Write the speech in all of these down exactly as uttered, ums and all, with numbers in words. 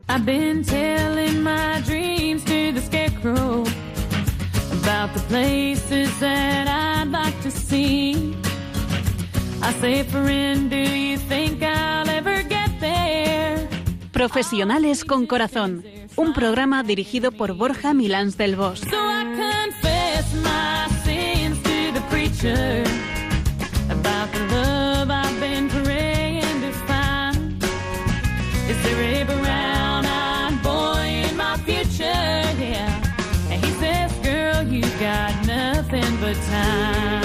I've been telling my dreams to the scarecrow about the places that I'd like to see. I say, friend, do you think I'll ever get there? Profesionales con Corazón, un programa dirigido por Borja Milans del Bosch. So I confess my sins to the preacher about the love I've been praying to find. Is there a brown-eyed boy in my future? Yeah. And he says, girl, you got nothing but time.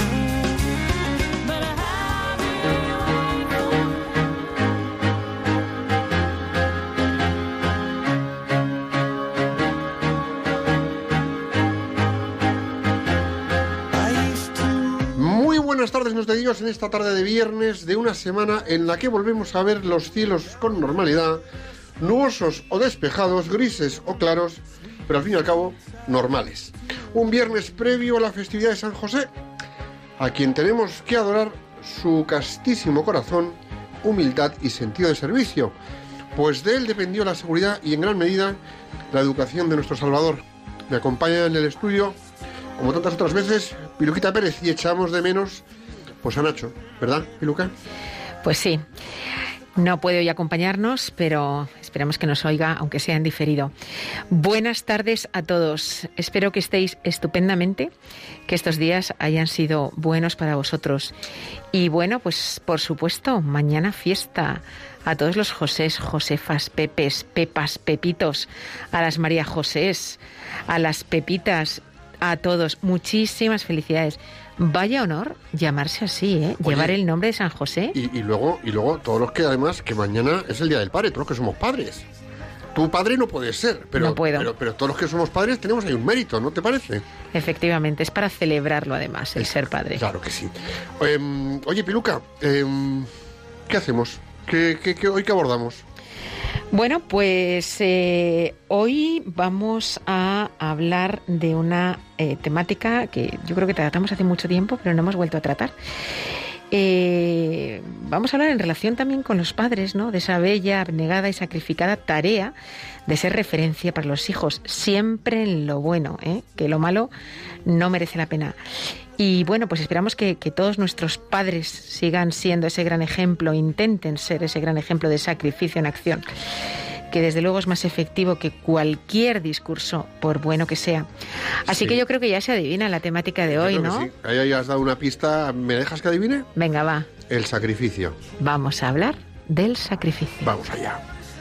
Buenas tardes, nos dedicamos en esta tarde de viernes de una semana en la que volvemos a ver los cielos con normalidad, nubosos o despejados, grises o claros, pero al fin y al cabo normales. Un viernes previo a la festividad de San José, a quien tenemos que adorar su castísimo corazón, humildad y sentido de servicio, pues de él dependió la seguridad y en gran medida la educación de nuestro Salvador. Me acompaña en el estudio, como tantas otras veces, Piluquita Pérez, y echamos de menos pues a Nacho, ¿verdad, Piluca? Pues sí, no puede hoy acompañarnos, pero esperamos que nos oiga, aunque sea en diferido. Buenas tardes a todos, espero que estéis estupendamente, que estos días hayan sido buenos para vosotros. Y bueno, pues por supuesto, mañana fiesta a todos los Josés, Josefas, Pepes, Pepas, Pepitos, a las María Josés, a las Pepitas, a todos, muchísimas felicidades. Vaya honor llamarse así, ¿eh? Oye, llevar el nombre de San José. Y, y luego y luego todos los que además, que mañana es el Día del Padre, todos los que somos padres. Tu padre no puede ser, pero, no puedo. pero, pero todos los que somos padres tenemos ahí un mérito, ¿no te parece? Efectivamente, es para celebrarlo además, el es, ser padre. Claro que sí. Eh, oye, Piluca, eh, ¿qué hacemos? ¿Qué, qué, qué, hoy qué abordamos? Bueno, pues eh, hoy vamos a hablar de una eh, temática que yo creo que tratamos hace mucho tiempo, pero no hemos vuelto a tratar. Eh, vamos a hablar en relación también con los padres, ¿no? De esa bella, abnegada y sacrificada tarea de ser referencia para los hijos, siempre en lo bueno, ¿eh? Que lo malo no merece la pena. Y bueno, pues esperamos que, que todos nuestros padres sigan siendo ese gran ejemplo, intenten ser ese gran ejemplo de sacrificio en acción, que desde luego es más efectivo que cualquier discurso, por bueno que sea. Así sí. Que yo creo que ya se adivina la temática de yo hoy, ¿no? Sí. Ahí has dado una pista. ¿Me dejas que adivine? Venga, va. El sacrificio. Vamos a hablar del sacrificio. Vamos allá.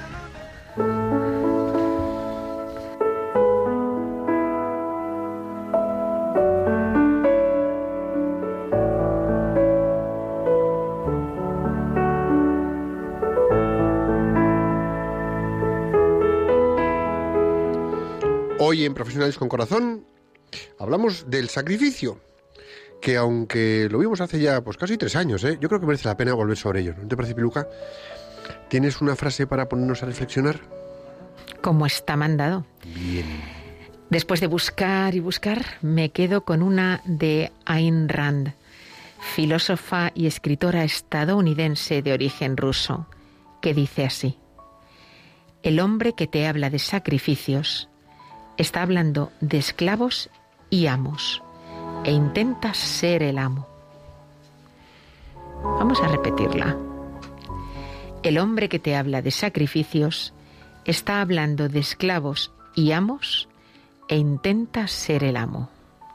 Hoy en Profesionales con Corazón hablamos del sacrificio, que aunque lo vimos hace ya pues casi tres años, ¿eh? Yo creo que merece la pena volver sobre ello, ¿no te parece, Piluca? ¿Tienes una frase para ponernos a reflexionar? Como está mandado. Bien. Después de buscar y buscar, me quedo con una de Ayn Rand, filósofa y escritora estadounidense de origen ruso, que dice así: el hombre que te habla de sacrificios está hablando de esclavos y amos, e intenta ser el amo. Vamos a repetirla. El hombre que te habla de sacrificios está hablando de esclavos y amos, e intenta ser el amo.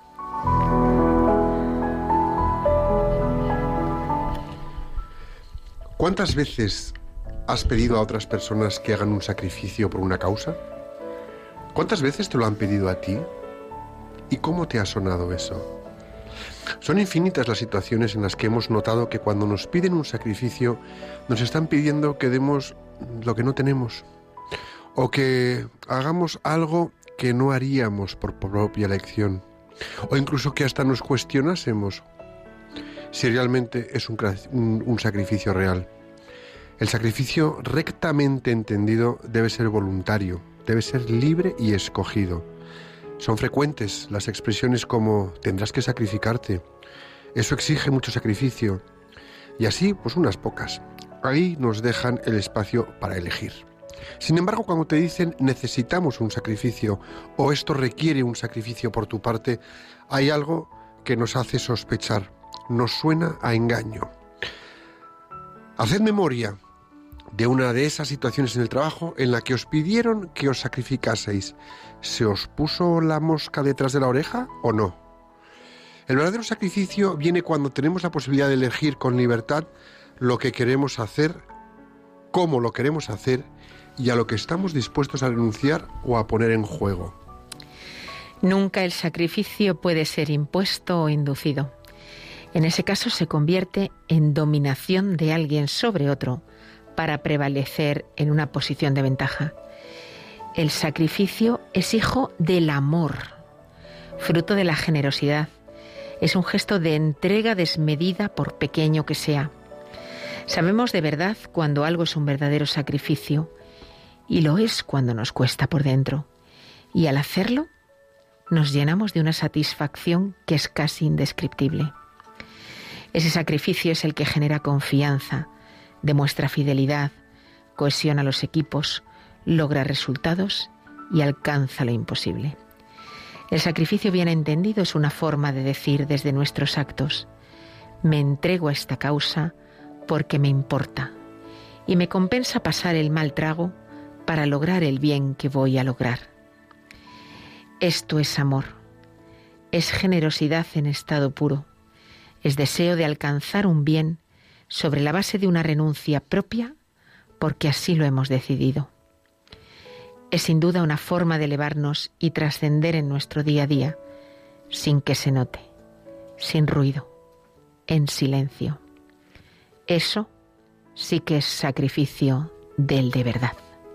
¿Cuántas veces has pedido a otras personas que hagan un sacrificio por una causa? ¿Cuántas veces te lo han pedido a ti? ¿Y cómo te ha sonado eso? Son infinitas las situaciones en las que hemos notado que cuando nos piden un sacrificio, nos están pidiendo que demos lo que no tenemos, o que hagamos algo que no haríamos por propia elección, o incluso que hasta nos cuestionásemos si realmente es un, un, un sacrificio real. El sacrificio rectamente entendido debe ser voluntario, debe ser libre y escogido. Son frecuentes las expresiones como tendrás que sacrificarte, eso exige mucho sacrificio, y así pues unas pocas. Ahí nos dejan el espacio para elegir. Sin embargo, cuando te dicen necesitamos un sacrificio o esto requiere un sacrificio por tu parte, hay algo que nos hace sospechar, nos suena a engaño. Haced memoria de una de esas situaciones en el trabajo en la que os pidieron que os sacrificaseis. ¿Se os puso la mosca detrás de la oreja o no? El verdadero sacrificio viene cuando tenemos la posibilidad de elegir con libertad lo que queremos hacer, cómo lo queremos hacer y a lo que estamos dispuestos a renunciar o a poner en juego. Nunca el sacrificio puede ser impuesto o inducido. En ese caso se convierte en dominación de alguien sobre otro para prevalecer en una posición de ventaja. El sacrificio es hijo del amor, fruto de la generosidad. Es un gesto de entrega desmedida por pequeño que sea. Sabemos de verdad cuando algo es un verdadero sacrificio y lo es cuando nos cuesta por dentro. Y al hacerlo, nos llenamos de una satisfacción que es casi indescriptible. Ese sacrificio es el que genera confianza, demuestra fidelidad, cohesiona los equipos, logra resultados y alcanza lo imposible. El sacrificio bien entendido es una forma de decir desde nuestros actos: me entrego a esta causa porque me importa y me compensa pasar el mal trago para lograr el bien que voy a lograr. Esto es amor, es generosidad en estado puro, es deseo de alcanzar un bien sobre la base de una renuncia propia porque así lo hemos decidido. Es sin duda una forma de elevarnos y trascender en nuestro día a día, sin que se note, sin ruido, en silencio. Eso sí que es sacrificio del de verdad.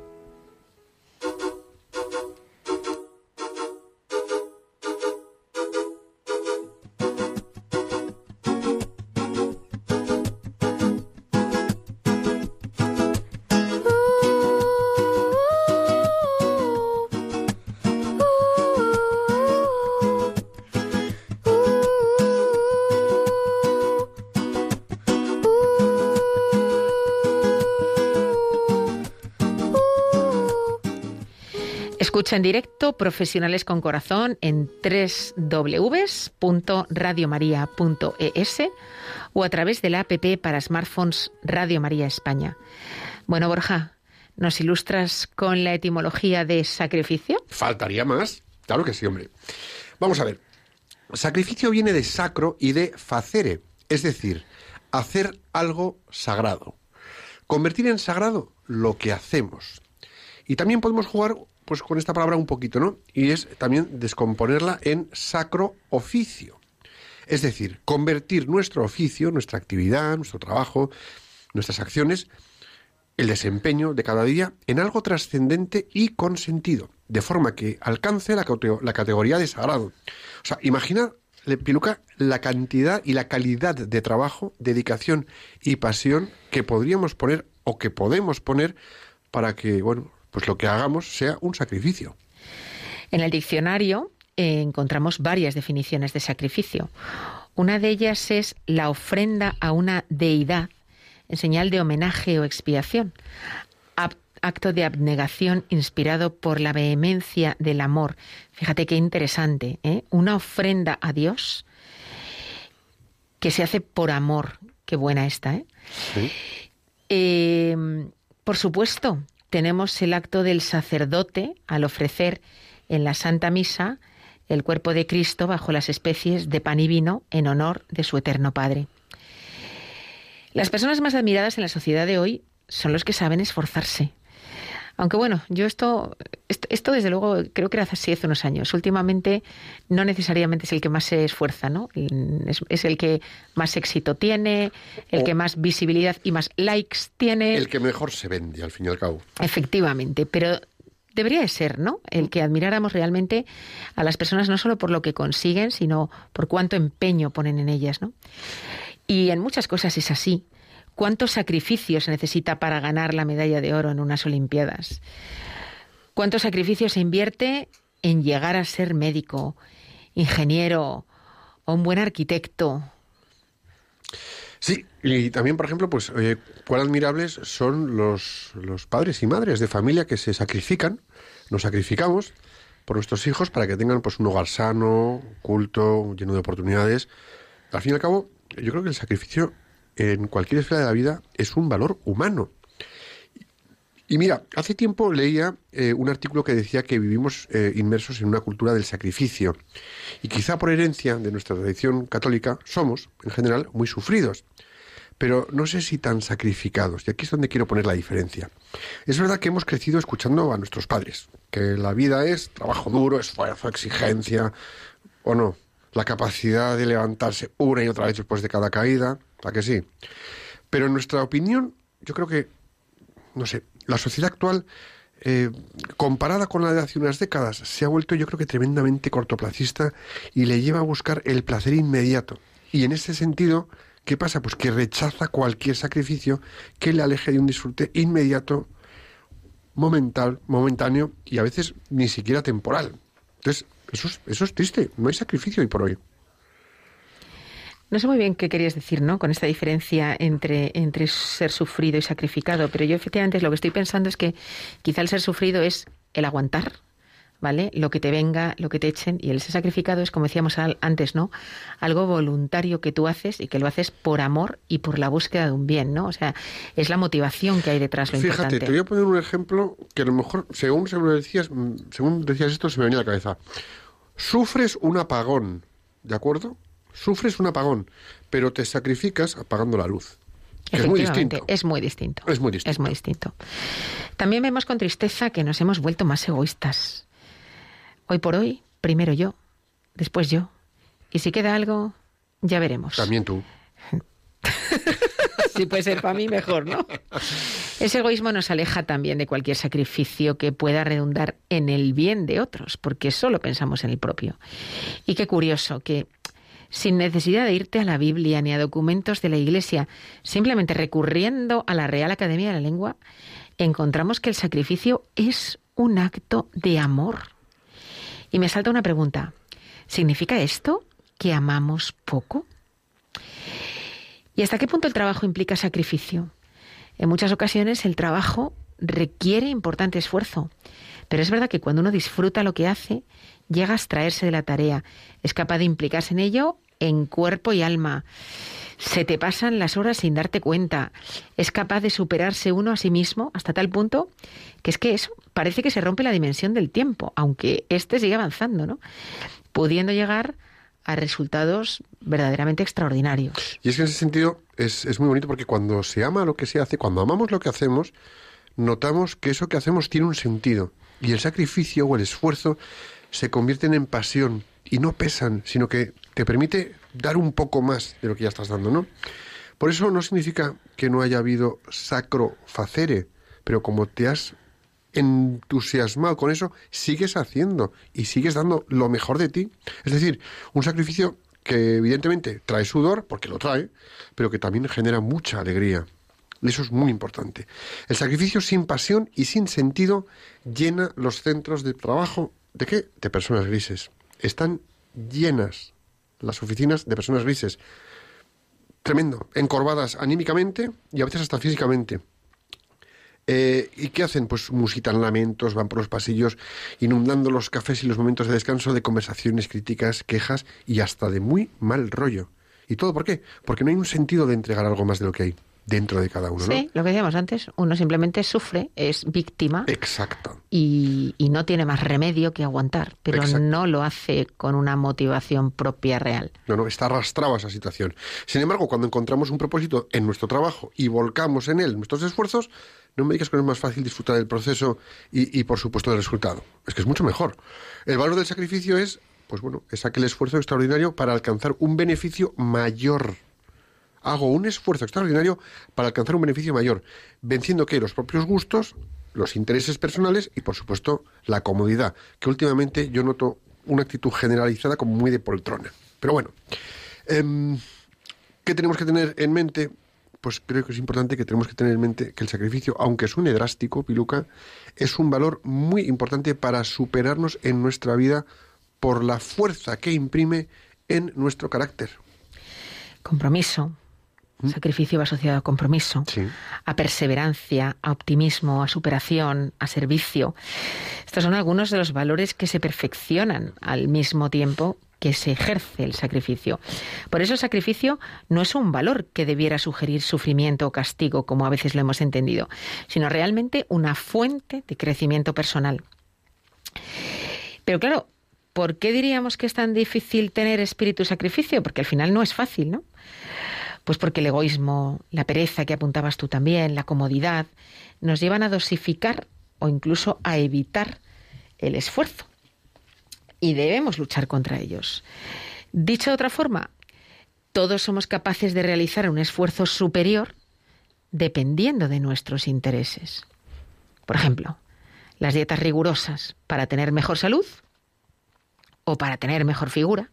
Escucha en directo Profesionales con Corazón en doble u doble u doble u punto radio maría punto e s o a través de la app para smartphones Radio María España. Bueno, Borja, ¿nos ilustras con la etimología de sacrificio? ¿Faltaría más? Claro que sí, hombre. Vamos a ver. Sacrificio viene de sacro y de facere, es decir, hacer algo sagrado. Convertir en sagrado lo que hacemos. Y también podemos jugar pues con esta palabra un poquito, ¿no? Y es también descomponerla en sacro oficio. Es decir, convertir nuestro oficio, nuestra actividad, nuestro trabajo, nuestras acciones, el desempeño de cada día en algo trascendente y con sentido, de forma que alcance la, la categoría de sagrado. O sea, imagina, Piluca, la cantidad y la calidad de trabajo, dedicación y pasión que podríamos poner o que podemos poner para que, bueno, pues lo que hagamos sea un sacrificio. En el diccionario eh, encontramos varias definiciones de sacrificio. Una de ellas es la ofrenda a una deidad en señal de homenaje o expiación, acto de abnegación inspirado por la vehemencia del amor. Fíjate qué interesante, ¿eh? Una ofrenda a Dios que se hace por amor. Qué buena esta, ¿eh? Sí. Eh, por supuesto, tenemos el acto del sacerdote al ofrecer en la Santa Misa el cuerpo de Cristo bajo las especies de pan y vino en honor de su eterno Padre. Las personas más admiradas en la sociedad de hoy son los que saben esforzarse. Aunque bueno, yo esto, esto, esto desde luego creo que era así hace unos años. Últimamente no necesariamente es el que más se esfuerza, ¿no? Es, es el que más éxito tiene, el o que más visibilidad y más likes tiene. El que mejor se vende, al fin y al cabo. Efectivamente, pero debería de ser, ¿no? El que admiráramos realmente a las personas no solo por lo que consiguen, sino por cuánto empeño ponen en ellas, ¿no? Y en muchas cosas es así. ¿Cuánto sacrificio se necesita para ganar la medalla de oro en unas Olimpiadas? ¿Cuánto sacrificio se invierte en llegar a ser médico, ingeniero o un buen arquitecto? Sí, y también, por ejemplo, pues eh, cuán admirables son los, los padres y madres de familia que se sacrifican, nos sacrificamos por nuestros hijos para que tengan pues un hogar sano, culto, lleno de oportunidades. Al fin y al cabo, yo creo que el sacrificio en cualquier esfera de la vida es un valor humano. Y mira, hace tiempo leía eh, un artículo que decía que vivimos eh, inmersos en una cultura del sacrificio. Y quizá por herencia de nuestra tradición católica somos, en general, muy sufridos. Pero no sé si tan sacrificados. Y aquí es donde quiero poner la diferencia. Es verdad que hemos crecido escuchando a nuestros padres, que la vida es trabajo duro, esfuerzo, exigencia, o no, la capacidad de levantarse una y otra vez después de cada caída, ¿a que sí? Pero en nuestra opinión, yo creo que, no sé, la sociedad actual, eh, comparada con la de hace unas décadas, se ha vuelto, yo creo que tremendamente cortoplacista y le lleva a buscar el placer inmediato. Y en ese sentido, ¿qué pasa? Pues que rechaza cualquier sacrificio que le aleje de un disfrute inmediato, momental, momentáneo y a veces ni siquiera temporal. Entonces, eso es, eso es triste. No hay sacrificio hoy por hoy. No sé muy bien qué querías decir, ¿no?, con esta diferencia entre, entre ser sufrido y sacrificado, pero yo efectivamente lo que estoy pensando es que quizá el ser sufrido es el aguantar, ¿vale?, lo que te venga, lo que te echen, y el ser sacrificado es, como decíamos antes, ¿no?, algo voluntario que tú haces y que lo haces por amor y por la búsqueda de un bien, ¿no? O sea, es la motivación que hay detrás, lo Fíjate, importante. te voy a poner un ejemplo que a lo mejor, según, según decías, según decías esto, se me venía a la cabeza. Sufres un apagón, ¿de acuerdo? Sufres un apagón, pero te sacrificas apagando la luz. Es muy distinto. Es muy distinto. Es muy distinto. Es muy distinto. También vemos con tristeza que nos hemos vuelto más egoístas. Hoy por hoy, primero yo, después yo. Y si queda algo, ya veremos. También tú. Si puede ser para mí, mejor, ¿no? Ese egoísmo nos aleja también de cualquier sacrificio que pueda redundar en el bien de otros, porque solo pensamos en el propio. Y qué curioso que, sin necesidad de irte a la Biblia ni a documentos de la Iglesia, simplemente recurriendo a la Real Academia de la Lengua, encontramos que el sacrificio es un acto de amor. Y me salta una pregunta. ¿Significa esto que amamos poco? ¿Y hasta qué punto el trabajo implica sacrificio? En muchas ocasiones el trabajo requiere importante esfuerzo, pero es verdad que cuando uno disfruta lo que hace, llega a abstraerse de la tarea, es capaz de implicarse en ello en cuerpo y alma. Se te pasan las horas sin darte cuenta. Es capaz de superarse uno a sí mismo hasta tal punto que es que eso parece que se rompe la dimensión del tiempo, aunque éste sigue avanzando, ¿no?, pudiendo llegar a resultados verdaderamente extraordinarios. Y es que en ese sentido es, es muy bonito porque cuando se ama lo que se hace, cuando amamos lo que hacemos, notamos que eso que hacemos tiene un sentido. Y el sacrificio o el esfuerzo se convierten en pasión y no pesan, sino que te permite dar un poco más de lo que ya estás dando, ¿no? Por eso no significa que no haya habido sacro facere, pero como te has entusiasmado con eso, sigues haciendo y sigues dando lo mejor de ti. Es decir, un sacrificio que evidentemente trae sudor, porque lo trae, pero que también genera mucha alegría. Y eso es muy importante. El sacrificio sin pasión y sin sentido llena los centros de trabajo, ¿de qué? De personas grises. Están llenas las oficinas de personas grises. Tremendo. Encorvadas anímicamente y a veces hasta físicamente. Eh, ¿Y qué hacen? Pues musitan lamentos, van por los pasillos, inundando los cafés y los momentos de descanso de conversaciones, críticas, quejas y hasta de muy mal rollo. ¿Y todo por qué? Porque no hay un sentido de entregar algo más de lo que hay dentro de cada uno, ¿no? Sí, lo que decíamos antes, uno simplemente sufre, es víctima. Exacto. Y, y no tiene más remedio que aguantar, pero Exacto. no lo hace con una motivación propia real. No, no, está arrastrado a esa situación. Sin embargo, cuando encontramos un propósito en nuestro trabajo y volcamos en él nuestros esfuerzos, no me digas que no es más fácil disfrutar del proceso y, y, por supuesto, del resultado. Es que es mucho mejor. El valor del sacrificio es, pues bueno, es aquel esfuerzo extraordinario para alcanzar un beneficio mayor. Hago un esfuerzo extraordinario para alcanzar un beneficio mayor, venciendo que los propios gustos, los intereses personales y, por supuesto, la comodidad, que últimamente yo noto una actitud generalizada como muy de poltrona. Pero bueno, eh, ¿qué tenemos que tener en mente? Pues creo que es importante que tenemos que tener en mente que el sacrificio, aunque suene drástico, Piluca, es un valor muy importante para superarnos en nuestra vida por la fuerza que imprime en nuestro carácter. Compromiso, ¿Mm? Sacrificio va asociado a compromiso, sí. a perseverancia, a optimismo, a superación, a servicio. Estos son algunos de los valores que se perfeccionan al mismo tiempo que se ejerce el sacrificio. Por eso el sacrificio no es un valor que debiera sugerir sufrimiento o castigo, como a veces lo hemos entendido, sino realmente una fuente de crecimiento personal. Pero claro, ¿por qué diríamos que es tan difícil tener espíritu sacrificio? Porque al final no es fácil, ¿no? Pues porque el egoísmo, la pereza que apuntabas tú también, la comodidad, nos llevan a dosificar o incluso a evitar el esfuerzo. Y debemos luchar contra ellos. Dicho de otra forma, todos somos capaces de realizar un esfuerzo superior dependiendo de nuestros intereses. Por ejemplo, las dietas rigurosas para tener mejor salud o para tener mejor figura,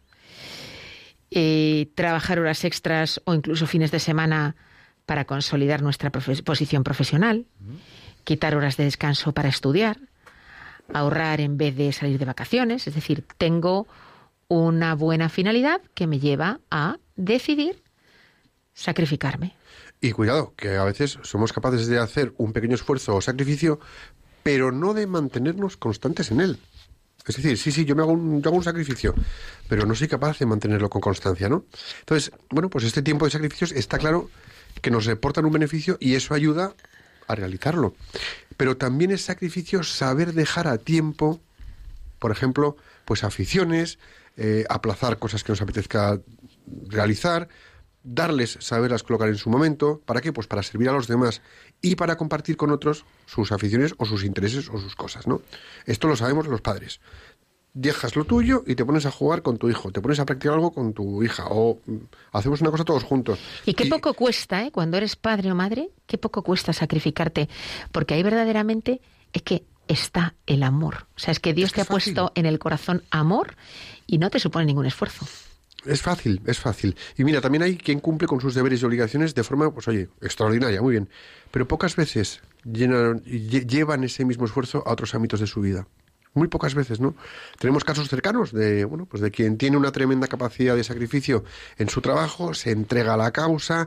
eh, trabajar horas extras o incluso fines de semana para consolidar nuestra profe- posición profesional, quitar horas de descanso para estudiar, ahorrar en vez de salir de vacaciones. Es decir, tengo una buena finalidad que me lleva a decidir sacrificarme. Y cuidado, que a veces somos capaces de hacer un pequeño esfuerzo o sacrificio, pero no de mantenernos constantes en él. Es decir, sí, sí, yo me hago un, yo hago un sacrificio, pero no soy capaz de mantenerlo con constancia, ¿no? Entonces, bueno, pues este tiempo de sacrificios está claro que nos reportan un beneficio y eso ayuda a realizarlo. Pero también es sacrificio saber dejar a tiempo, por ejemplo, pues aficiones, eh, aplazar cosas que nos apetezca realizar, darles, saberlas colocar en su momento. ¿Para qué? Pues para servir a los demás y para compartir con otros sus aficiones o sus intereses o sus cosas, ¿no? Esto lo sabemos los padres. Dejas lo tuyo y te pones a jugar con tu hijo, te pones a practicar algo con tu hija o hacemos una cosa todos juntos. Y qué y... poco cuesta, ¿eh? Cuando eres padre o madre, qué poco cuesta sacrificarte, porque ahí verdaderamente es que está el amor. O sea, es que Dios es que te ha fácil. puesto en el corazón amor y no te supone ningún esfuerzo. Es fácil, es fácil. Y mira, también hay quien cumple con sus deberes y obligaciones de forma, pues oye, extraordinaria, muy bien. Pero pocas veces llenan, llevan ese mismo esfuerzo a otros ámbitos de su vida. Muy pocas veces, ¿no? Tenemos casos cercanos de, bueno, pues de quien tiene una tremenda capacidad de sacrificio en su trabajo, se entrega a la causa,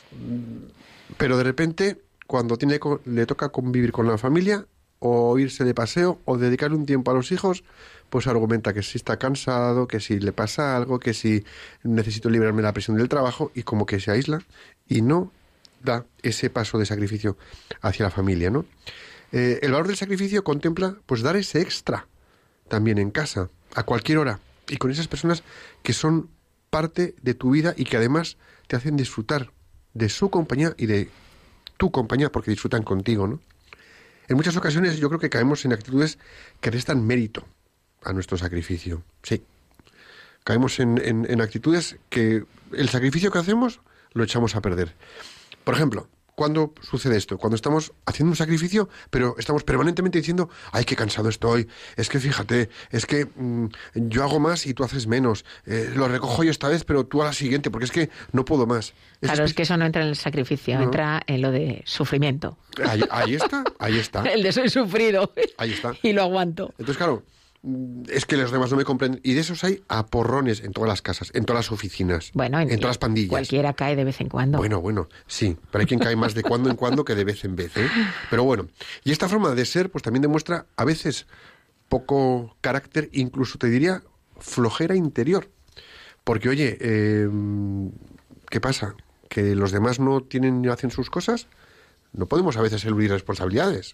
pero de repente, cuando tiene, le toca convivir con la familia, o irse de paseo, o dedicarle un tiempo a los hijos, pues argumenta que si está cansado, que si le pasa algo, que si necesito liberarme de la presión del trabajo, y como que se aísla y no da ese paso de sacrificio hacia la familia, ¿no? Eh, el valor del sacrificio contempla pues dar ese extra también en casa, a cualquier hora, y con esas personas que son parte de tu vida y que además te hacen disfrutar de su compañía y de tu compañía porque disfrutan contigo, ¿no? En muchas ocasiones yo creo que caemos en actitudes que restan mérito a nuestro sacrificio. Sí, caemos en, en, en actitudes que el sacrificio que hacemos lo echamos a perder. Por ejemplo, ¿cuándo sucede esto? Cuando estamos haciendo un sacrificio, pero estamos permanentemente diciendo, ay, qué cansado estoy, es que fíjate, es que mmm, yo hago más y tú haces menos, eh, lo recojo yo esta vez, pero tú a la siguiente, porque es que no puedo más. Claro, es, es que eso no entra en el sacrificio, no. Entra en lo de sufrimiento. Ahí, ahí está, ahí está. El de soy sufrido. Ahí está. Y lo aguanto. Entonces, claro, es que los demás no me comprenden. Y de esos hay a porrones en todas las casas, en todas las oficinas, bueno, en, en todas las pandillas. Cualquiera cae de vez en cuando. Bueno, bueno, sí, pero hay quien cae más de cuando en cuando que de vez en vez, ¿eh? Pero bueno, y esta forma de ser pues también demuestra a veces poco carácter, incluso te diría flojera interior. Porque oye, eh, ¿qué pasa? ¿Que los demás no tienen ni hacen sus cosas? No podemos a veces eludir responsabilidades.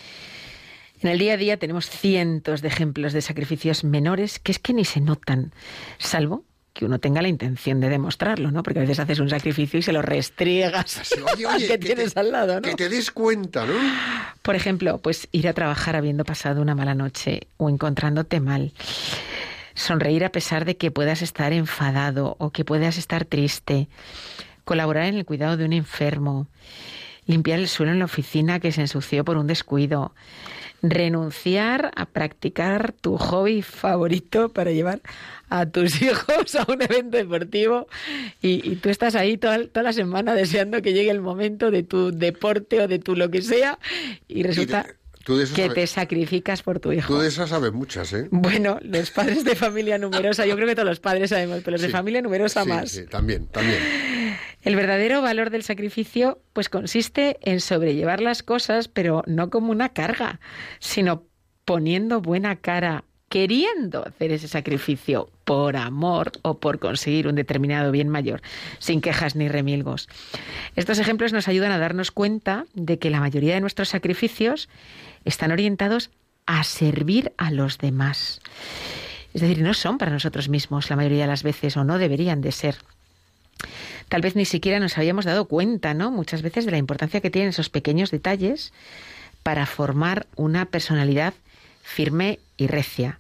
En el día a día tenemos cientos de ejemplos de sacrificios menores que es que ni se notan, salvo que uno tenga la intención de demostrarlo, ¿no? Porque a veces haces un sacrificio y se lo restriegas oye, oye, que, que tienes te, al lado, ¿no? Que te des cuenta, ¿no? Por ejemplo, pues ir a trabajar habiendo pasado una mala noche o encontrándote mal. Sonreír a pesar de que puedas estar enfadado o que puedas estar triste. Colaborar en el cuidado de un enfermo. Limpiar el suelo en la oficina que se ensució por un descuido. Renunciar a practicar tu hobby favorito para llevar a tus hijos a un evento deportivo y, y tú estás ahí toda, toda la semana deseando que llegue el momento de tu deporte o de tu lo que sea y resulta... Y Tú de eso que sabes, te sacrificas por tu hijo. Tú de esas sabes muchas, ¿eh? Bueno, los padres de familia numerosa, yo creo que todos los padres sabemos, pero los sí, de familia numerosa sí, más. Sí, también, también. El verdadero valor del sacrificio pues consiste en sobrellevar las cosas, pero no como una carga, sino poniendo buena cara, queriendo hacer ese sacrificio por amor o por conseguir un determinado bien mayor, sin quejas ni remilgos. Estos ejemplos nos ayudan a darnos cuenta de que la mayoría de nuestros sacrificios están orientados a servir a los demás. Es decir, no son para nosotros mismos la mayoría de las veces, o no deberían de ser. Tal vez ni siquiera nos habíamos dado cuenta, ¿no?, muchas veces, de la importancia que tienen esos pequeños detalles para formar una personalidad firme y recia.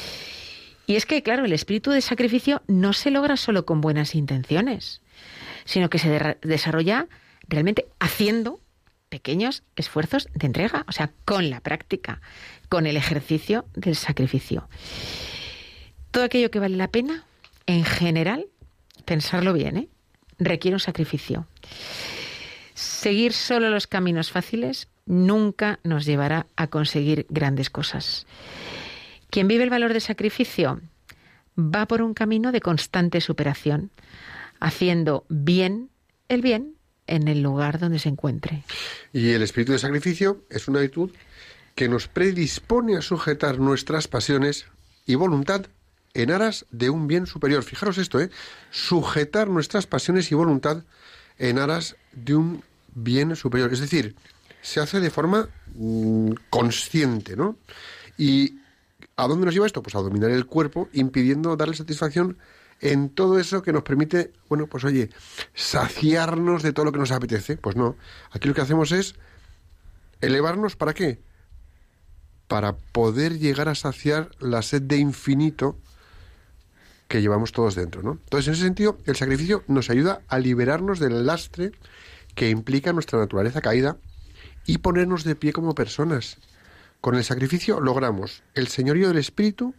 Y es que, claro, el espíritu de sacrificio no se logra solo con buenas intenciones, sino que se de- desarrolla realmente haciendo pequeños esfuerzos de entrega, o sea, con la práctica, con el ejercicio del sacrificio. Todo aquello que vale la pena, en general, pensarlo bien, ¿eh?, requiere un sacrificio. Seguir solo los caminos fáciles nunca nos llevará a conseguir grandes cosas. Quien vive el valor del sacrificio va por un camino de constante superación, haciendo bien el bien en el lugar donde se encuentre. Y el espíritu de sacrificio es una virtud que nos predispone a sujetar nuestras pasiones y voluntad en aras de un bien superior. Fijaros esto, ¿eh? Sujetar nuestras pasiones y voluntad en aras de un bien superior. Es decir, se hace de forma mmm, consciente, ¿no? ¿Y a dónde nos lleva esto? Pues a dominar el cuerpo, impidiendo darle satisfacción en todo eso que nos permite, bueno, pues oye, saciarnos de todo lo que nos apetece. Pues no, aquí lo que hacemos es elevarnos, ¿para qué? Para poder llegar a saciar la sed de infinito que llevamos todos dentro, ¿no? Entonces, en ese sentido, el sacrificio nos ayuda a liberarnos del lastre que implica nuestra naturaleza caída y ponernos de pie como personas. Con el sacrificio logramos el señorío del espíritu,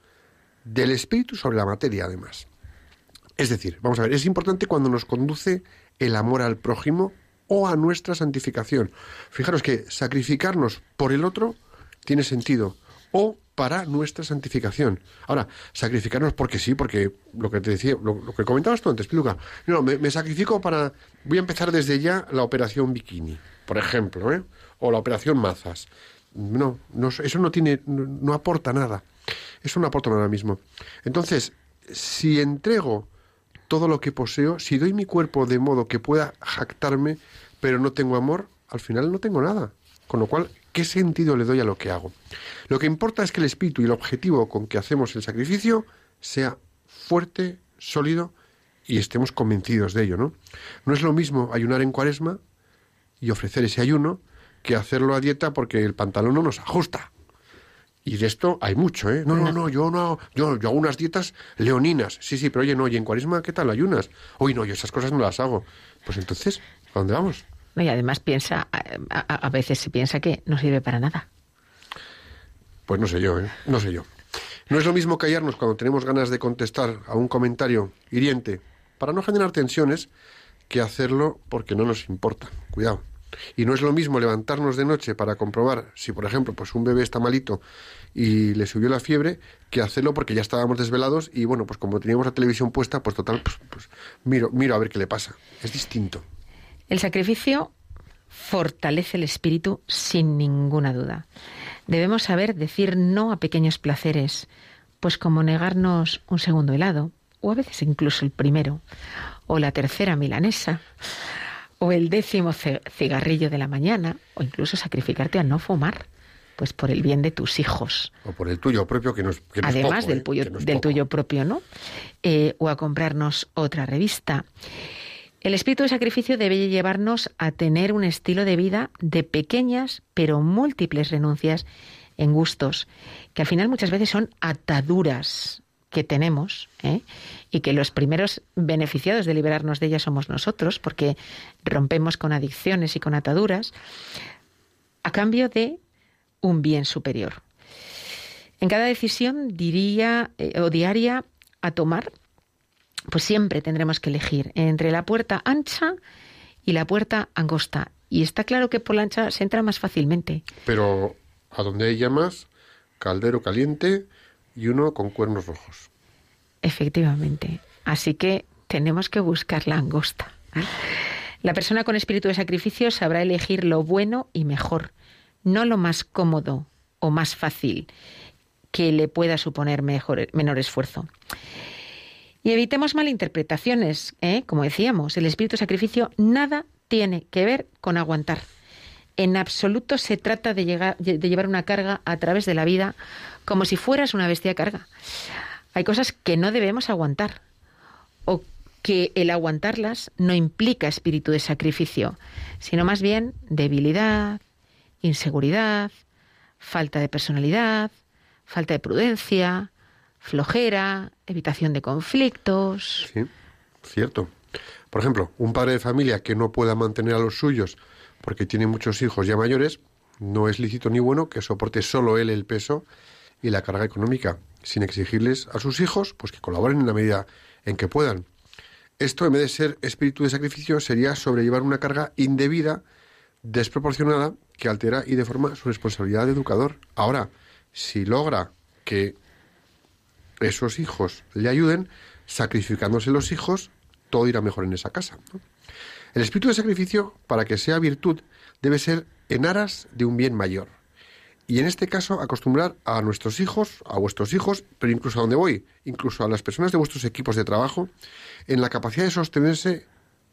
del espíritu sobre la materia, además. Es decir, vamos a ver, es importante cuando nos conduce el amor al prójimo o a nuestra santificación. Fijaros que sacrificarnos por el otro tiene sentido, o para nuestra santificación. Ahora, sacrificarnos porque sí, porque lo que te decía, lo, lo que comentabas tú antes, Piluca, no, me, me sacrifico para, voy a empezar desde ya la operación bikini, por ejemplo, ¿eh? O la operación mazas. No, no, eso no tiene, no, no aporta nada. Eso no aporta nada mismo. Entonces, si entrego todo lo que poseo, si doy mi cuerpo de modo que pueda jactarme, pero no tengo amor, al final no tengo nada. Con lo cual, ¿qué sentido le doy a lo que hago? Lo que importa es que el espíritu y el objetivo con que hacemos el sacrificio sea fuerte, sólido y estemos convencidos de ello, ¿no? No es lo mismo ayunar en Cuaresma y ofrecer ese ayuno que hacerlo a dieta porque el pantalón no nos ajusta. Y de esto hay mucho, ¿eh? No, no, no, yo no, yo, yo hago unas dietas leoninas. Sí, sí, pero oye, no, y en Cuaresma, ¿qué tal ayunas? Uy, no, yo esas cosas no las hago. Pues entonces, ¿a dónde vamos? Y además piensa, a, a, a veces se piensa que no sirve para nada. Pues no sé yo, ¿eh? No sé yo. No es lo mismo callarnos cuando tenemos ganas de contestar a un comentario hiriente para no generar tensiones que hacerlo porque no nos importa. Cuidado. Y no es lo mismo levantarnos de noche para comprobar si, por ejemplo, pues un bebé está malito y le subió la fiebre, que hacerlo porque ya estábamos desvelados y, bueno, pues como teníamos la televisión puesta, pues total, pues, pues miro, miro a ver qué le pasa. Es distinto. El sacrificio fortalece el espíritu sin ninguna duda. Debemos saber decir no a pequeños placeres, pues como negarnos un segundo helado, o a veces incluso el primero, o la tercera milanesa, o el décimo cigarrillo de la mañana, o incluso sacrificarte a no fumar, pues por el bien de tus hijos. O por el tuyo propio, que no es, que no Además es poco, del, ¿eh? puyo, no es del poco. tuyo propio, ¿no? Eh, o a comprarnos otra revista. El espíritu de sacrificio debe llevarnos a tener un estilo de vida de pequeñas pero múltiples renuncias en gustos, que al final muchas veces son ataduras que tenemos, ¿eh? Y que los primeros beneficiados de liberarnos de ellas somos nosotros, porque rompemos con adicciones y con ataduras, a cambio de un bien superior. En cada decisión diría eh, o diaria a tomar, pues siempre tendremos que elegir entre la puerta ancha y la puerta angosta. Y está claro que por la ancha se entra más fácilmente. Pero a donde hay llamas, caldero caliente y uno con cuernos rojos. Efectivamente. Así que tenemos que buscar la angosta. La persona con espíritu de sacrificio sabrá elegir lo bueno y mejor, no lo más cómodo o más fácil que le pueda suponer mejor, menor esfuerzo. Y evitemos malinterpretaciones, ¿eh? Como decíamos, el espíritu de sacrificio nada tiene que ver con aguantar. En absoluto se trata de, llegar, de llevar una carga a través de la vida como si fueras una bestia de carga. Hay cosas que no debemos aguantar, o que el aguantarlas no implica espíritu de sacrificio, sino más bien debilidad, inseguridad, falta de personalidad, falta de prudencia, flojera, evitación de conflictos. Sí, cierto. Por ejemplo, un padre de familia que no pueda mantener a los suyos porque tiene muchos hijos ya mayores, no es lícito ni bueno que soporte solo él el peso y la carga económica, sin exigirles a sus hijos pues que colaboren en la medida en que puedan. Esto, en vez de ser espíritu de sacrificio, sería sobrellevar una carga indebida, desproporcionada, que altera y deforma su responsabilidad de educador. Ahora, si logra que esos hijos le ayuden, sacrificándose los hijos, todo irá mejor en esa casa, ¿no? El espíritu de sacrificio, para que sea virtud, debe ser en aras de un bien mayor. Y en este caso, acostumbrar a nuestros hijos, a vuestros hijos, pero incluso a donde voy, incluso a las personas de vuestros equipos de trabajo, en la capacidad de sostenerse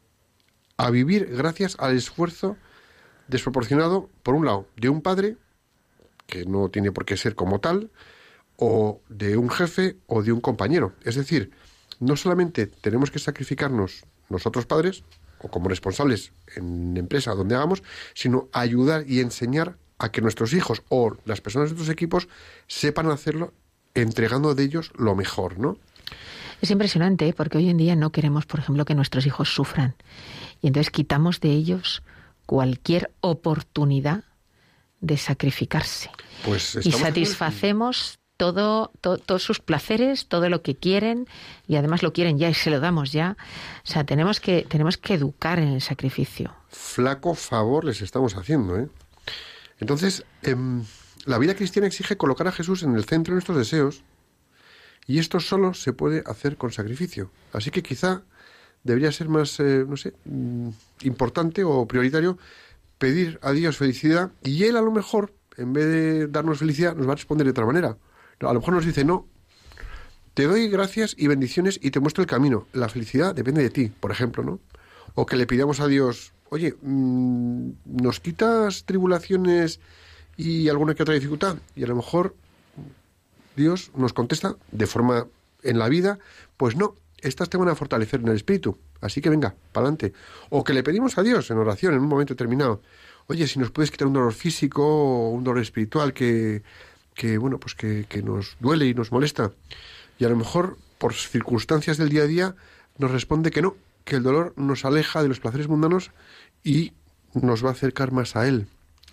a vivir gracias al esfuerzo desproporcionado, por un lado, de un padre, que no tiene por qué ser como tal, o de un jefe o de un compañero. Es decir, no solamente tenemos que sacrificarnos nosotros padres, o como responsables en empresa donde hagamos, sino ayudar y enseñar a que nuestros hijos o las personas de nuestros equipos sepan hacerlo entregando de ellos lo mejor, ¿no? Es impresionante, ¿eh? Porque hoy en día no queremos, por ejemplo, que nuestros hijos sufran. Y entonces quitamos de ellos cualquier oportunidad de sacrificarse. Pues y satisfacemos todo, to, todos sus placeres, todo lo que quieren, y además lo quieren ya y se lo damos ya. O sea, tenemos que, tenemos que educar en el sacrificio. Flaco favor les estamos haciendo, ¿eh? Entonces, eh, la vida cristiana exige colocar a Jesús en el centro de nuestros deseos, y esto solo se puede hacer con sacrificio. Así que quizá debería ser más, eh, no sé, importante o prioritario pedir a Dios felicidad, y Él a lo mejor, en vez de darnos felicidad, nos va a responder de otra manera. A lo mejor nos dice, no, te doy gracias y bendiciones y te muestro el camino. La felicidad depende de ti, por ejemplo, ¿no? O que le pidamos a Dios, oye, mmm, ¿nos quitas tribulaciones y alguna que otra dificultad? Y a lo mejor Dios nos contesta de forma en la vida, pues no, estas te van a fortalecer en el espíritu, así que venga, para adelante. O que le pedimos a Dios en oración en un momento determinado, oye, si nos puedes quitar un dolor físico o un dolor espiritual que, que bueno, pues que, que nos duele y nos molesta. Y a lo mejor, por circunstancias del día a día, nos responde que no, que el dolor nos aleja de los placeres mundanos y nos va a acercar más a Él.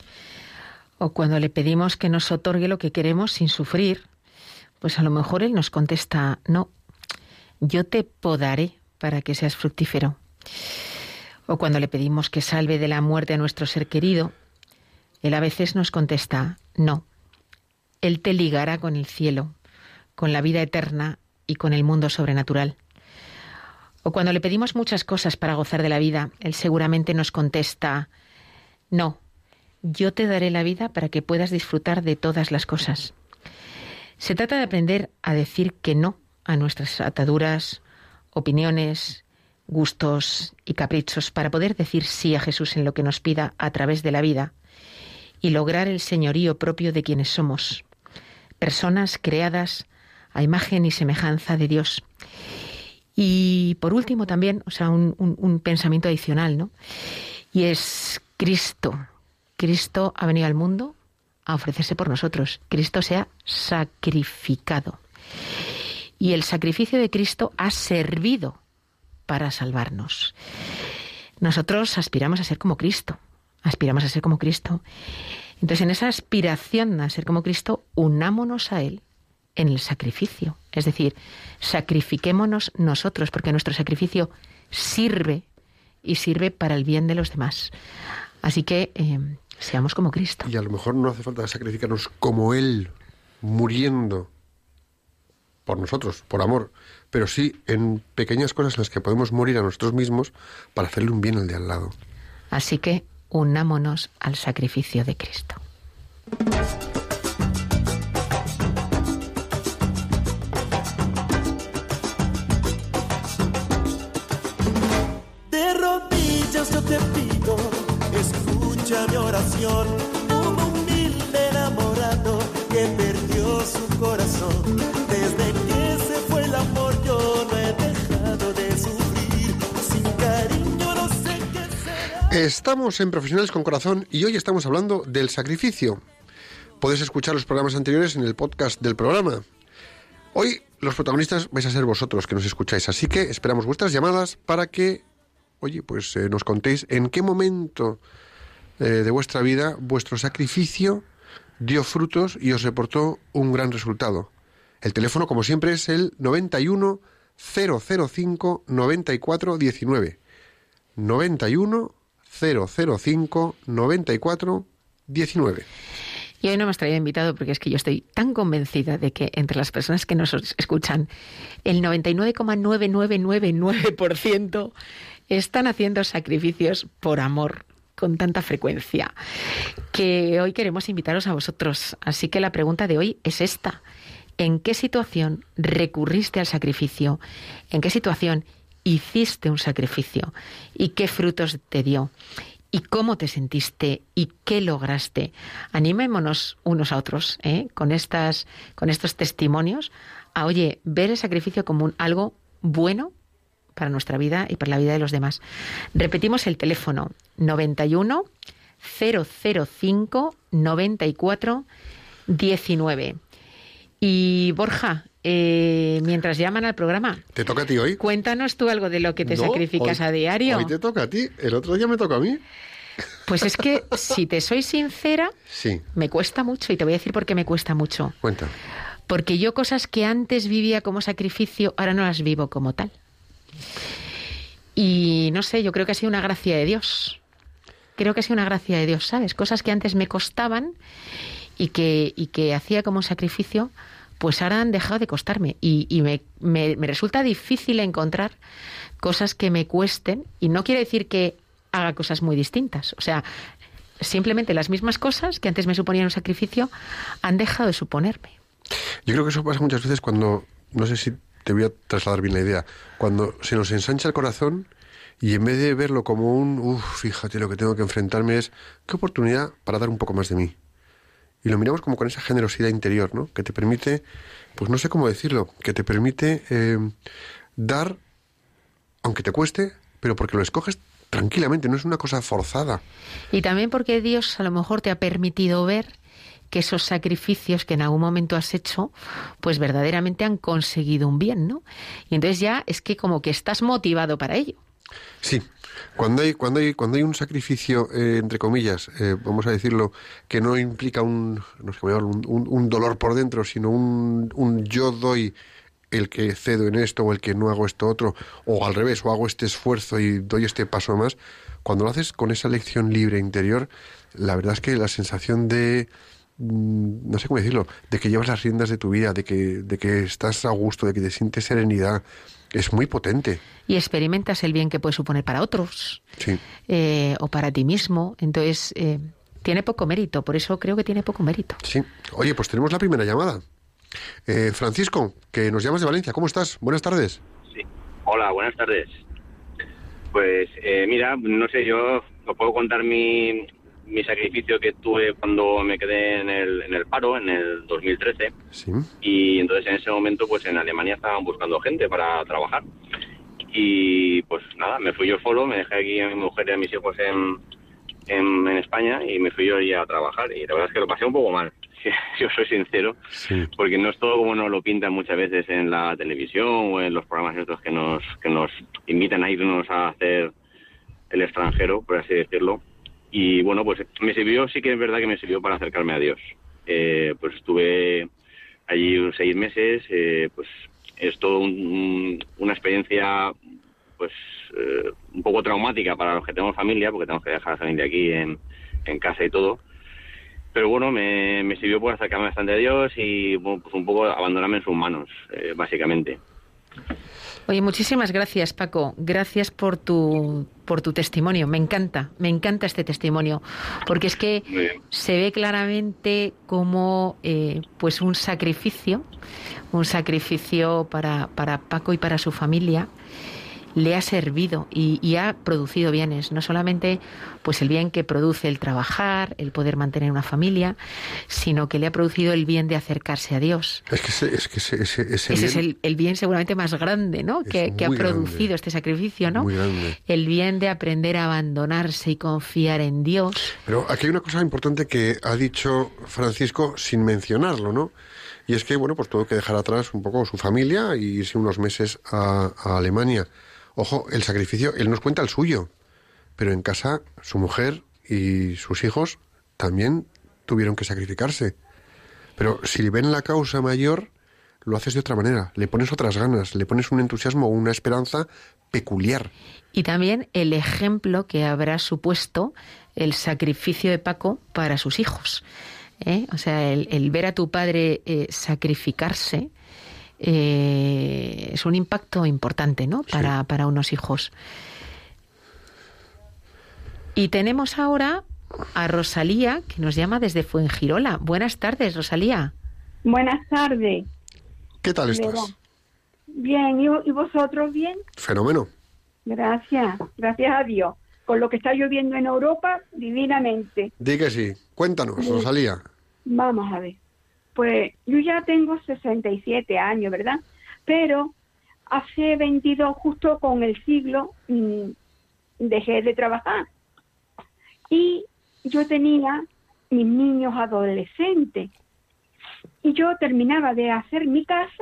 O cuando le pedimos que nos otorgue lo que queremos sin sufrir, pues a lo mejor Él nos contesta, no, yo te podaré para que seas fructífero. O cuando le pedimos que salve de la muerte a nuestro ser querido, Él a veces nos contesta, no, Él te ligará con el cielo, con la vida eterna y con el mundo sobrenatural. O cuando le pedimos muchas cosas para gozar de la vida, Él seguramente nos contesta, no, yo te daré la vida para que puedas disfrutar de todas las cosas. Se trata de aprender a decir que no a nuestras ataduras, opiniones, gustos y caprichos para poder decir sí a Jesús en lo que nos pida a través de la vida y lograr el señorío propio de quienes somos, personas creadas a imagen y semejanza de Dios. Y por último también, o sea, un, un, un pensamiento adicional, ¿no? Y es Cristo. Cristo ha venido al mundo a ofrecerse por nosotros. Cristo se ha sacrificado. Y el sacrificio de Cristo ha servido para salvarnos. Nosotros aspiramos a ser como Cristo. Aspiramos a ser como Cristo. Entonces, en esa aspiración a ser como Cristo, unámonos a Él en el sacrificio. Es decir, sacrifiquémonos nosotros, porque nuestro sacrificio sirve y sirve para el bien de los demás. Así que eh, seamos como Cristo. Y a lo mejor no hace falta sacrificarnos como Él, muriendo por nosotros, por amor, pero sí en pequeñas cosas en las que podemos morir a nosotros mismos para hacerle un bien al de al lado. Así que unámonos al sacrificio de Cristo. De rodillas yo te pido, escucha mi oración, un humilde enamorado que perdió su corazón. Desde que se fue el amor yo no he dejado de sufrir, sin cariño no sé qué será. Estamos en Profesionales con Corazón y hoy estamos hablando del sacrificio. Puedes escuchar los programas anteriores en el podcast del programa. Hoy los protagonistas vais a ser vosotros que nos escucháis, así que esperamos vuestras llamadas para que, oye, pues eh, nos contéis en qué momento eh, de vuestra vida vuestro sacrificio dio frutos y os reportó un gran resultado. El teléfono, como siempre, es el noventa y uno, cero cero cinco, noventa y cuatro diecinueve. noventa y uno, cero cero cinco, noventa y cuatro diecinueve. Y hoy no hemos traído invitado porque es que yo estoy tan convencida de que entre las personas que nos escuchan, el noventa y nueve coma nueve nueve nueve nueve por ciento están haciendo sacrificios por amor con tanta frecuencia, que hoy queremos invitaros a vosotros. Así que la pregunta de hoy es esta: ¿en qué situación recurriste al sacrificio? ¿En qué situación hiciste un sacrificio? ¿Y qué frutos te dio? ¿Y cómo te sentiste? ¿Y qué lograste? Animémonos unos a otros, ¿eh? con estas, con estos testimonios a, oye, ver el sacrificio como un, algo bueno para nuestra vida y para la vida de los demás. Repetimos el teléfono: noventa y uno, cero cero cinco, noventa y cuatro diecinueve. Y Borja, eh, mientras llaman al programa, ¿te toca a ti hoy? Cuéntanos tú algo de lo que te No, sacrificas hoy, a diario. Hoy te toca a ti, el otro día me toca a mí. Pues es que, si te soy sincera, sí. me cuesta mucho, y te voy a decir por qué me cuesta mucho. Cuenta. Porque yo cosas que antes vivía como sacrificio, ahora no las vivo como tal. Y no sé, yo creo que ha sido una gracia de Dios. Creo que ha sido una gracia de Dios, ¿sabes? Cosas que antes me costaban y que, y que hacía como un sacrificio, pues ahora han dejado de costarme. Y, y me, me, me resulta difícil encontrar cosas que me cuesten, y no quiere decir que haga cosas muy distintas. O sea, simplemente las mismas cosas que antes me suponían un sacrificio han dejado de suponerme. Yo creo que eso pasa muchas veces cuando, no sé si te voy a trasladar bien la idea, cuando se nos ensancha el corazón y en vez de verlo como un, uff, fíjate lo que tengo que enfrentarme, es qué oportunidad para dar un poco más de mí. Y lo miramos como con esa generosidad interior, ¿no? Que te permite, pues no sé cómo decirlo, que te permite eh, dar, aunque te cueste, pero porque lo escoges tranquilamente, no es una cosa forzada. Y también porque Dios a lo mejor te ha permitido ver que esos sacrificios que en algún momento has hecho, pues verdaderamente han conseguido un bien, ¿no? Y entonces ya es que como que estás motivado para ello. Sí, cuando hay cuando hay cuando hay un sacrificio, eh, entre comillas, eh, vamos a decirlo, que no implica un, no sé cómo llamarlo, un, un, un dolor por dentro, sino un, un yo doy el que cedo en esto o el que no hago esto otro, o al revés, o hago este esfuerzo y doy este paso más. Cuando lo haces con esa elección libre interior, la verdad es que la sensación de, no sé cómo decirlo, de que llevas las riendas de tu vida, de que, de que estás a gusto, de que te sientes serenidad, es muy potente. Y experimentas el bien que puede suponer para otros, sí. eh, o para ti mismo. Entonces, eh, tiene poco mérito, por eso creo que tiene poco mérito. Sí. Oye, pues tenemos la primera llamada. Eh, Francisco, que nos llamas de Valencia, ¿cómo estás? Buenas tardes. Sí. Hola, buenas tardes. Pues eh, mira, no sé, yo os puedo contar mi, mi sacrificio que tuve cuando me quedé en el, en el paro, en el dos mil trece. Sí. Y entonces en ese momento, pues en Alemania estaban buscando gente para trabajar. Y pues nada, me fui yo solo, me dejé aquí a mi mujer y a mis hijos en, en, en España y me fui yo allí a trabajar. Y la verdad es que lo pasé un poco mal, si yo soy sincero, sí. Porque no es todo como nos lo pintan muchas veces en la televisión o en los programas estos que nos, que nos invitan a irnos a hacer el extranjero, por así decirlo. Y bueno, pues me sirvió, sí que es verdad que me sirvió para acercarme a Dios. Eh, pues estuve allí unos seis meses, eh, pues es todo un, una experiencia pues eh, un poco traumática para los que tenemos familia, porque tenemos que dejar a la familia aquí en, en casa y todo. pero bueno, me, me sirvió por acercarme bastante a Dios y bueno, pues un poco abandonarme en sus manos, eh, básicamente. Oye, muchísimas gracias, Paco. Gracias por tu por tu testimonio. Me encanta, me encanta este testimonio, porque es que se ve claramente como eh, pues un sacrificio, un sacrificio para, para Paco y para su familia, le ha servido y, y ha producido bienes, no solamente pues el bien que produce el trabajar, el poder mantener una familia, sino que le ha producido el bien de acercarse a Dios. Es que ese, es que ese, ese, ese, ese bien es el, el bien seguramente más grande, ¿no? Que, que ha producido grande. Este sacrificio, ¿no? Muy grande. El bien de aprender a abandonarse y confiar en Dios. Pero aquí hay una cosa importante que ha dicho Francisco sin mencionarlo, ¿no? Y es que, bueno, pues tuvo que dejar atrás un poco su familia y irse unos meses a, a Alemania. Ojo, el sacrificio, él nos cuenta el suyo, pero en casa su mujer y sus hijos también tuvieron que sacrificarse. Pero si ven la causa mayor, lo haces de otra manera, le pones otras ganas, le pones un entusiasmo o una esperanza peculiar. Y también el ejemplo que habrá supuesto el sacrificio de Paco para sus hijos. ¿eh? O sea, el, el ver a tu padre eh, sacrificarse, Eh, es un impacto importante, ¿no? Para, sí. para unos hijos. Y tenemos ahora a Rosalía, que nos llama desde Fuengirola. Buenas tardes, Rosalía. Buenas tardes. ¿Qué tal estás? Mira. Bien, ¿y, ¿y vosotros bien? Fenómeno. Gracias, gracias a Dios. Con lo que está lloviendo en Europa, divinamente. Di que sí. Cuéntanos, sí. Rosalía. Vamos a ver. Pues yo ya tengo sesenta y siete años, ¿verdad? Pero hace veintidós, justo con el siglo, mmm, dejé de trabajar. Y yo tenía mis niños adolescentes. Y yo terminaba de hacer mi casa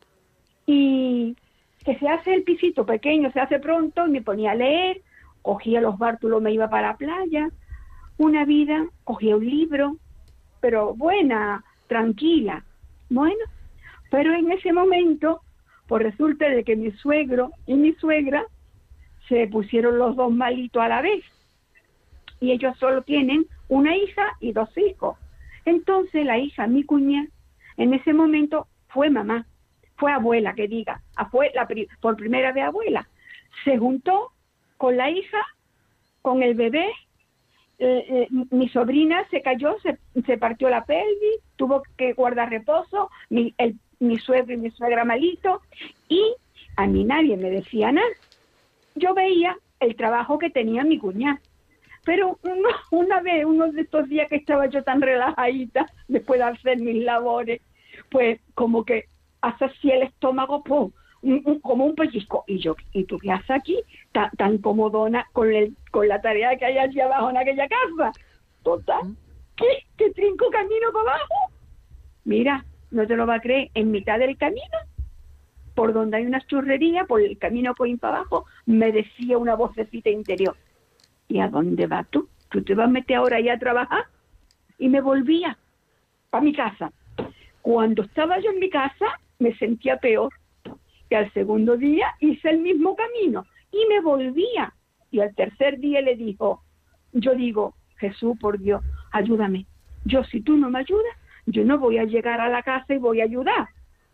y que se hace el pisito pequeño, se hace pronto, y me ponía a leer, cogía los bártulos, me iba para la playa, una vida, cogía un libro, pero buena, tranquila. Bueno, pero en ese momento, pues resulta de que mi suegro y mi suegra se pusieron los dos malitos a la vez. Y ellos solo tienen una hija y dos hijos. Entonces la hija, mi cuñada, en ese momento fue mamá, fue abuela, que diga, fue la, por primera vez abuela. Se juntó con la hija, con el bebé. Eh, eh, mi sobrina se cayó, se, se partió la pelvis, tuvo que guardar reposo, mi, el, mi suegro y mi suegra malito, y a mí nadie me decía nada. Yo veía el trabajo que tenía mi cuñada, pero uno, una vez, uno de estos días que estaba yo tan relajadita, después de hacer mis labores, pues como que hace así el estómago, ¡pum!, Un, un, como un pellizco. Y yo, ¿y tú qué haces aquí? Tan, tan comodona con, el, con la tarea que hay allí abajo en aquella casa. Total, ¿qué? ¿Que trinco camino para abajo? Mira, no te lo vas a creer, en mitad del camino, por donde hay unas churrerías, por el camino que hay para abajo, me decía una vocecita interior: ¿y a dónde vas tú? ¿Tú te vas a meter ahora ahí a trabajar? Y me volvía para mi casa. Cuando estaba yo en mi casa, me sentía peor. Que al segundo día hice el mismo camino y me volvía. Y al tercer día le dijo, yo digo, Jesús, por Dios, ayúdame. Yo, si tú no me ayudas, yo no voy a llegar a la casa y voy a ayudar.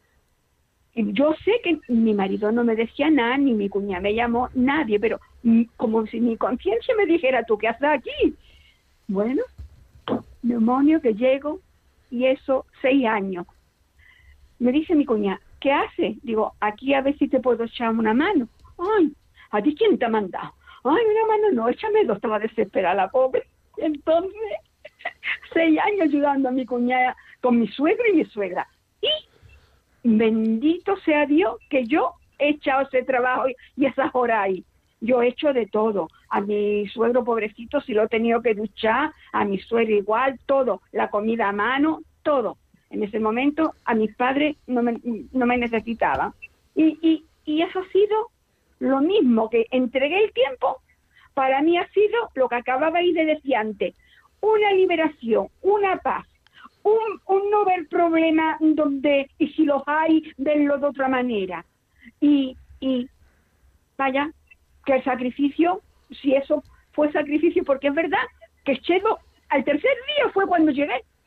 Y yo sé que mi marido no me decía nada, ni mi cuñada me llamó, nadie, pero como si mi conciencia me dijera, ¿tú qué haces aquí? Bueno, demonio, que llego, y eso, seis años. Me dice mi cuñada, ¿qué hace? Digo, aquí a ver si te puedo echar una mano. Ay, ¿a ti quién te ha mandado? Ay, una mano no, échame dos, estaba desesperada la pobre. Entonces, seis años ayudando a mi cuñada con mi suegro y mi suegra. Y bendito sea Dios que yo he echado ese trabajo y esas horas ahí. Yo he hecho de todo. A mi suegro pobrecito si lo he tenido que duchar, a mi suegra igual, todo. La comida a mano, todo. En ese momento a mis padres no me, no me necesitaban. Y, y, y eso ha sido lo mismo, que entregué el tiempo. Para mí ha sido lo que acababais de decir antes, una liberación, una paz, un, un no ver problemas donde, y si los hay, verlo de otra manera. Y, y vaya, que el sacrificio, si eso fue sacrificio, porque es verdad que eché do, al tercer día fue cuando llegué.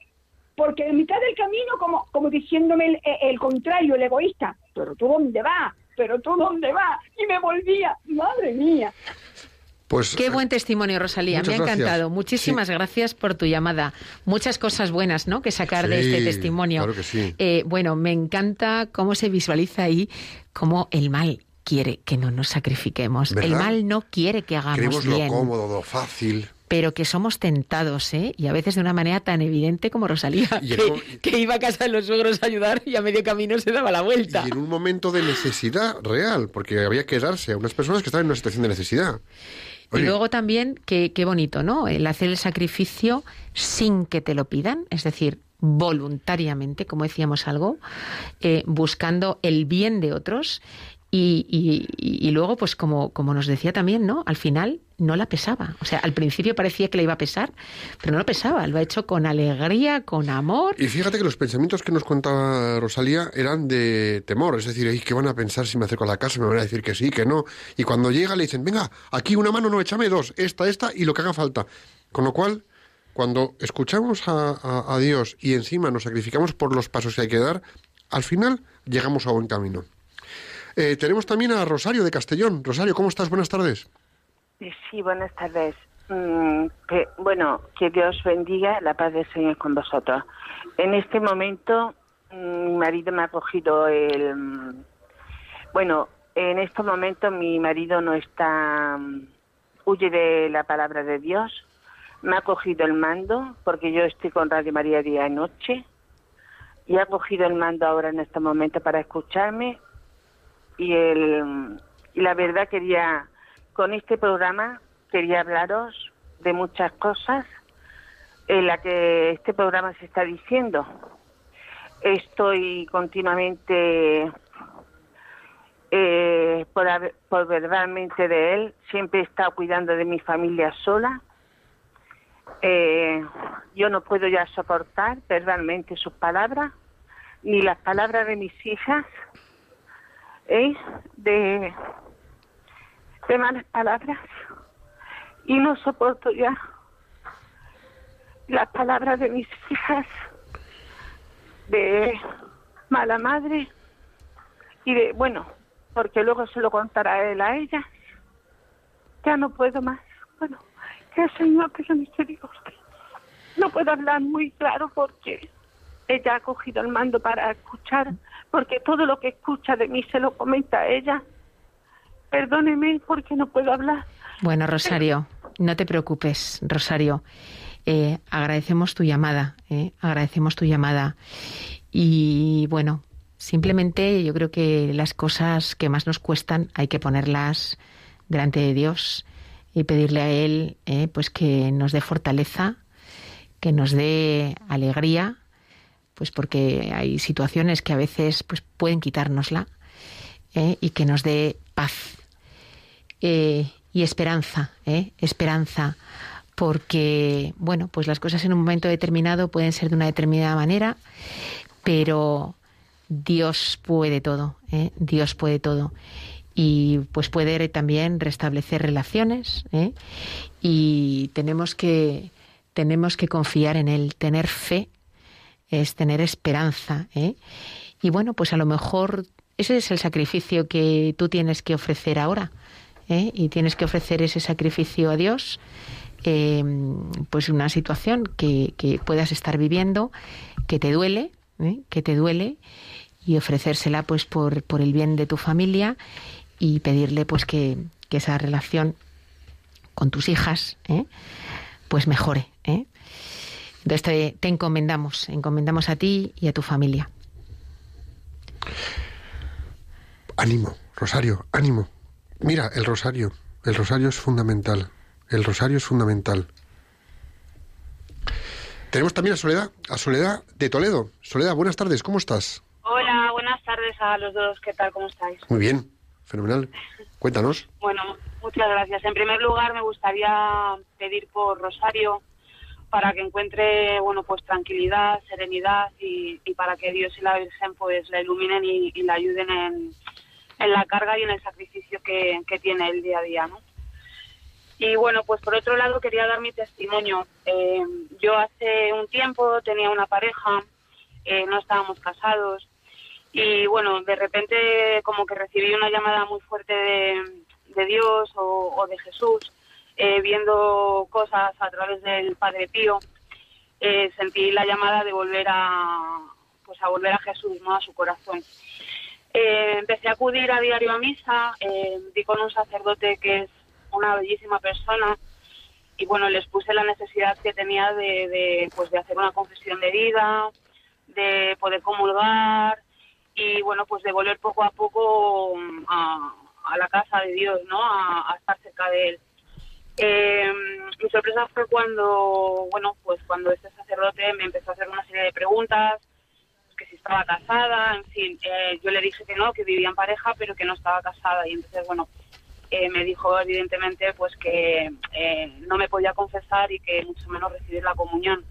porque en mitad del camino, como, como diciéndome el, el contrario, el egoísta, pero tú dónde vas, pero tú dónde vas, y me volvía, madre mía. Pues, Qué buen testimonio, Rosalía, me ha gracias. encantado. Muchísimas sí. gracias por tu llamada. Muchas cosas buenas, ¿no?, que sacar sí, de este testimonio. Claro que sí. Eh, bueno, me encanta cómo se visualiza ahí, cómo el mal quiere que no nos sacrifiquemos. ¿Verdad? El mal no quiere que hagamos Queremos bien. Lo cómodo, lo fácil. Pero que somos tentados, ¿eh? Y a veces de una manera tan evidente como Rosalía, que, un... que iba a casa de los suegros a ayudar y a medio camino se daba la vuelta. Y en un momento de necesidad real, porque había que darse a unas personas que estaban en una situación de necesidad. Oye. Y luego también, qué, qué bonito, ¿no?, el hacer el sacrificio sin que te lo pidan, es decir, voluntariamente, como decíamos algo, eh, buscando el bien de otros. Y, y, y luego, pues como, como nos decía también, ¿no?, al final no la pesaba. O sea, al principio parecía que le iba a pesar, pero no lo pesaba. Lo ha hecho con alegría, con amor. Y fíjate que los pensamientos que nos contaba Rosalía eran de temor. Es decir, ¿qué van a pensar si me acerco a la casa? Me van a decir que sí, que no. Y cuando llega le dicen, venga, aquí una mano, no, échame dos, esta, esta y lo que haga falta. Con lo cual, cuando escuchamos a, a, a Dios y encima nos sacrificamos por los pasos que hay que dar, al final llegamos a buen camino. Eh, tenemos también a Rosario de Castellón. Rosario, ¿cómo estás? Buenas tardes. Sí, buenas tardes. Mm, que, bueno, que Dios bendiga, la paz del Señor con vosotros. En este momento, mm, mi marido me ha cogido el... Mm, bueno, en este momento mi marido no está... Mm, huye de la palabra de Dios. Me ha cogido el mando, porque yo estoy con Radio María día y noche. Y ha cogido el mando ahora en este momento para escucharme. Y, el, y la verdad quería, con este programa, quería hablaros de muchas cosas en la que este programa se está diciendo. Estoy continuamente, eh, por, por verbalmente de él, siempre he estado cuidando de mi familia sola. Eh, yo no puedo ya soportar verbalmente sus palabras, ni las palabras de mis hijas. ¿Eh? De, de malas palabras, y no soporto ya las palabras de mis hijas de mala madre y de, bueno, porque luego se lo contará él a ella. Ya no puedo más. Bueno, que el Señor tenga misericordia. No puedo hablar muy claro porque ella ha cogido el mando para escuchar, porque todo lo que escucha de mí se lo comenta a ella. Perdóneme porque no puedo hablar. Bueno, Rosario, no te preocupes, Rosario. Eh, agradecemos tu llamada, eh, agradecemos tu llamada. Y bueno, simplemente yo creo que las cosas que más nos cuestan hay que ponerlas delante de Dios y pedirle a Él eh, pues que nos dé fortaleza, que nos dé alegría, pues porque hay situaciones que a veces pues pueden quitárnosla, eh, y que nos dé paz eh, y esperanza, eh, esperanza, porque bueno, pues las cosas en un momento determinado pueden ser de una determinada manera, pero Dios puede todo, eh, Dios puede todo. Y pues puede también restablecer relaciones, ¿eh? Y tenemos que tenemos que confiar en Él. Tener fe es tener esperanza, ¿eh? Y bueno, pues a lo mejor ese es el sacrificio que tú tienes que ofrecer ahora, ¿eh? Y tienes que ofrecer ese sacrificio a Dios, eh, pues una situación que, que puedas estar viviendo, que te duele, ¿eh? que te duele, y ofrecérsela pues por, por el bien de tu familia. Y pedirle pues que, que esa relación con tus hijas ¿eh? pues mejore. ¿eh? Entonces te, te encomendamos, encomendamos a ti y a tu familia. Ánimo, Rosario, ánimo. Mira, el rosario, el rosario es fundamental. El rosario es fundamental. Tenemos también a Soledad, a Soledad de Toledo. Soledad, buenas tardes, ¿cómo estás? Hola, buenas tardes a los dos, ¿qué tal? ¿Cómo estáis? Muy bien. Fenomenal. Cuéntanos. Bueno, muchas gracias. En primer lugar, me gustaría pedir por Rosario para que encuentre, bueno, pues tranquilidad, serenidad y, y para que Dios y la Virgen pues la iluminen y, y la ayuden en, en la carga y en el sacrificio que, que tiene el día a día, ¿no? Y bueno, pues por otro lado quería dar mi testimonio. Eh, yo hace un tiempo tenía una pareja, eh, no estábamos casados, y bueno, de repente como que recibí una llamada muy fuerte de, de Dios o, o de Jesús, eh, viendo cosas a través del Padre Pío. Eh, sentí la llamada de volver a, pues a volver a Jesús, ¿no? A su corazón. Eh, empecé a acudir a diario a misa, eh, di con un sacerdote que es una bellísima persona, y bueno, les puse la necesidad que tenía de, de, pues de hacer una confesión de vida, de poder comulgar, y bueno, pues de volver poco a poco a, a la casa de Dios, ¿no? A, a estar cerca de Él. Eh, mi sorpresa fue cuando, bueno, pues cuando este sacerdote me empezó a hacer una serie de preguntas, que si estaba casada, en fin, eh, yo le dije que no, que vivía en pareja, pero que no estaba casada, y entonces, bueno, eh, me dijo evidentemente pues que eh, no me podía confesar y que mucho menos recibir la comunión.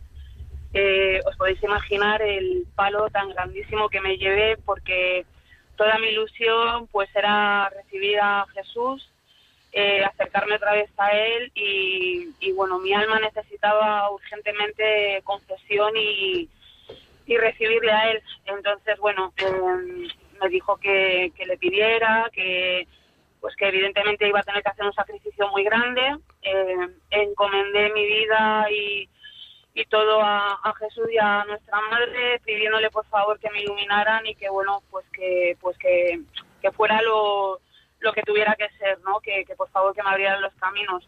Eh, os podéis imaginar el palo tan grandísimo que me llevé, porque toda mi ilusión pues era recibir a Jesús, eh, acercarme otra vez a Él, y, y bueno, mi alma necesitaba urgentemente confesión y, y recibirle a Él. Entonces, bueno, eh, me dijo que, que le pidiera, que pues que evidentemente iba a tener que hacer un sacrificio muy grande. Eh, encomendé mi vida y, y todo a, a Jesús y a nuestra madre, pidiéndole por favor que me iluminaran y que bueno, pues que pues que, que fuera lo, lo que tuviera que ser, ¿no? Que, que por favor que me abrieran los caminos.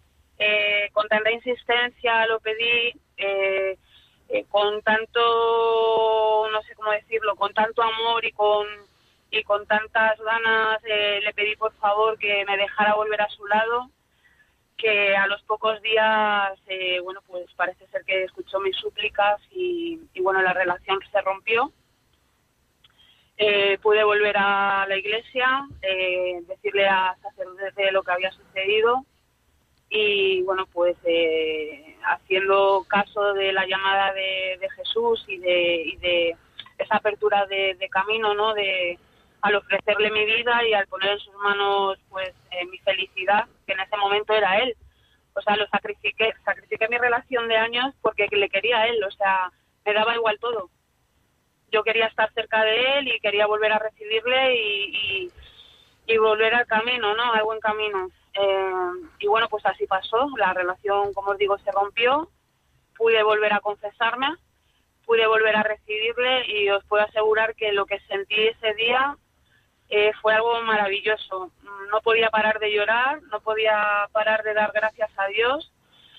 Eh, con tanta insistencia lo pedí, eh, eh, con tanto, no sé cómo decirlo, con tanto amor y con y con tantas ganas, eh, le pedí por favor que me dejara volver a su lado, que a los pocos días, eh, bueno, pues parece ser que escuchó mis súplicas y, y bueno, la relación se rompió. Eh, pude volver a la iglesia, eh, decirle a sacerdote lo que había sucedido, y bueno, pues eh, haciendo caso de la llamada de, de Jesús y de, y de esa apertura de, de camino, ¿no? De al ofrecerle mi vida y al poner en sus manos pues eh, mi felicidad, que en ese momento era Él. O sea, lo sacrifiqué, sacrifiqué mi relación de años porque le quería a Él, o sea, me daba igual todo. Yo quería estar cerca de Él y quería volver a recibirle y, y, y volver al camino, ¿no? Al buen camino. Eh, y bueno, pues así pasó, la relación, como os digo, se rompió, pude volver a confesarme, pude volver a recibirle, y os puedo asegurar que lo que sentí ese día Eh, fue algo maravilloso. No podía parar de llorar, no podía parar de dar gracias a Dios.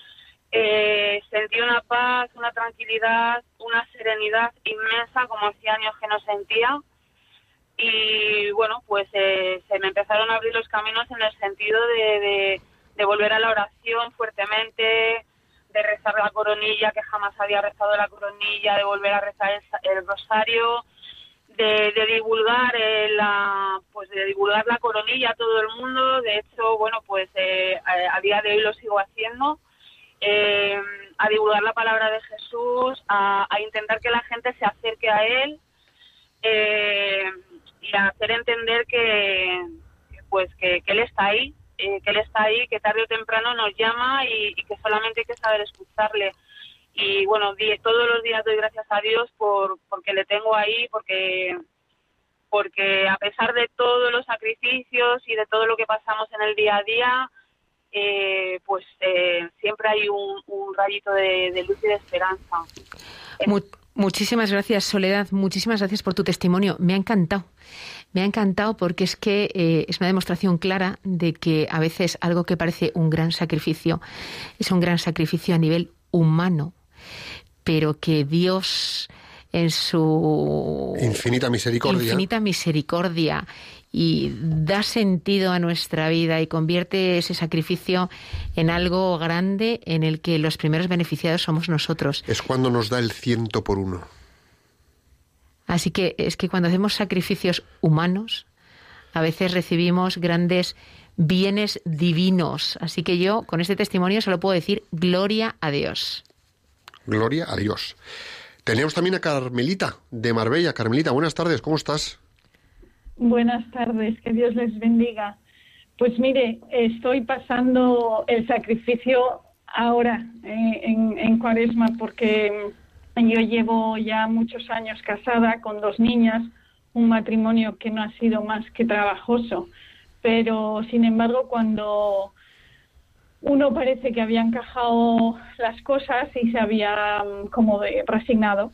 Eh, sentí una paz, una tranquilidad, una serenidad inmensa, como hacía años que no sentía. Y bueno, pues eh, se me empezaron a abrir los caminos en el sentido de, de, de volver a la oración fuertemente, de rezar la coronilla, que jamás había rezado la coronilla, de volver a rezar el, el rosario, De, de divulgar eh, la pues de divulgar la coronilla a todo el mundo. De hecho, bueno, pues eh, a, a día de hoy lo sigo haciendo, eh, a divulgar la palabra de Jesús, a, a intentar que la gente se acerque a Él, eh, y a hacer entender que pues que, que Él está ahí, eh, que Él está ahí, que tarde o temprano nos llama y, y que solamente hay que saber escucharle. Y bueno, todos los días doy gracias a Dios por porque le tengo ahí, porque porque a pesar de todos los sacrificios y de todo lo que pasamos en el día a día, eh, pues eh, siempre hay un, un rayito de, de luz y de esperanza. Mu- muchísimas gracias, Soledad, muchísimas gracias por tu testimonio. Me ha encantado, me ha encantado porque es que eh, es una demostración clara de que a veces algo que parece un gran sacrificio es un gran sacrificio a nivel humano, pero que Dios en su infinita misericordia, infinita misericordia y da sentido a nuestra vida y convierte ese sacrificio en algo grande en el que los primeros beneficiados somos nosotros. Es cuando nos da el ciento por uno. Así que es que cuando hacemos sacrificios humanos, a veces recibimos grandes bienes divinos. Así que yo, con este testimonio, solo puedo decir gloria a Dios. Gloria a Dios. Tenemos también a Carmelita, de Marbella. Carmelita, buenas tardes, ¿cómo estás? Buenas tardes, que Dios les bendiga. Pues mire, estoy pasando el sacrificio ahora eh, en, en Cuaresma, porque yo llevo ya muchos años casada con dos niñas, un matrimonio que no ha sido más que trabajoso, pero sin embargo cuando uno parece que había encajado las cosas y se había como de, resignado,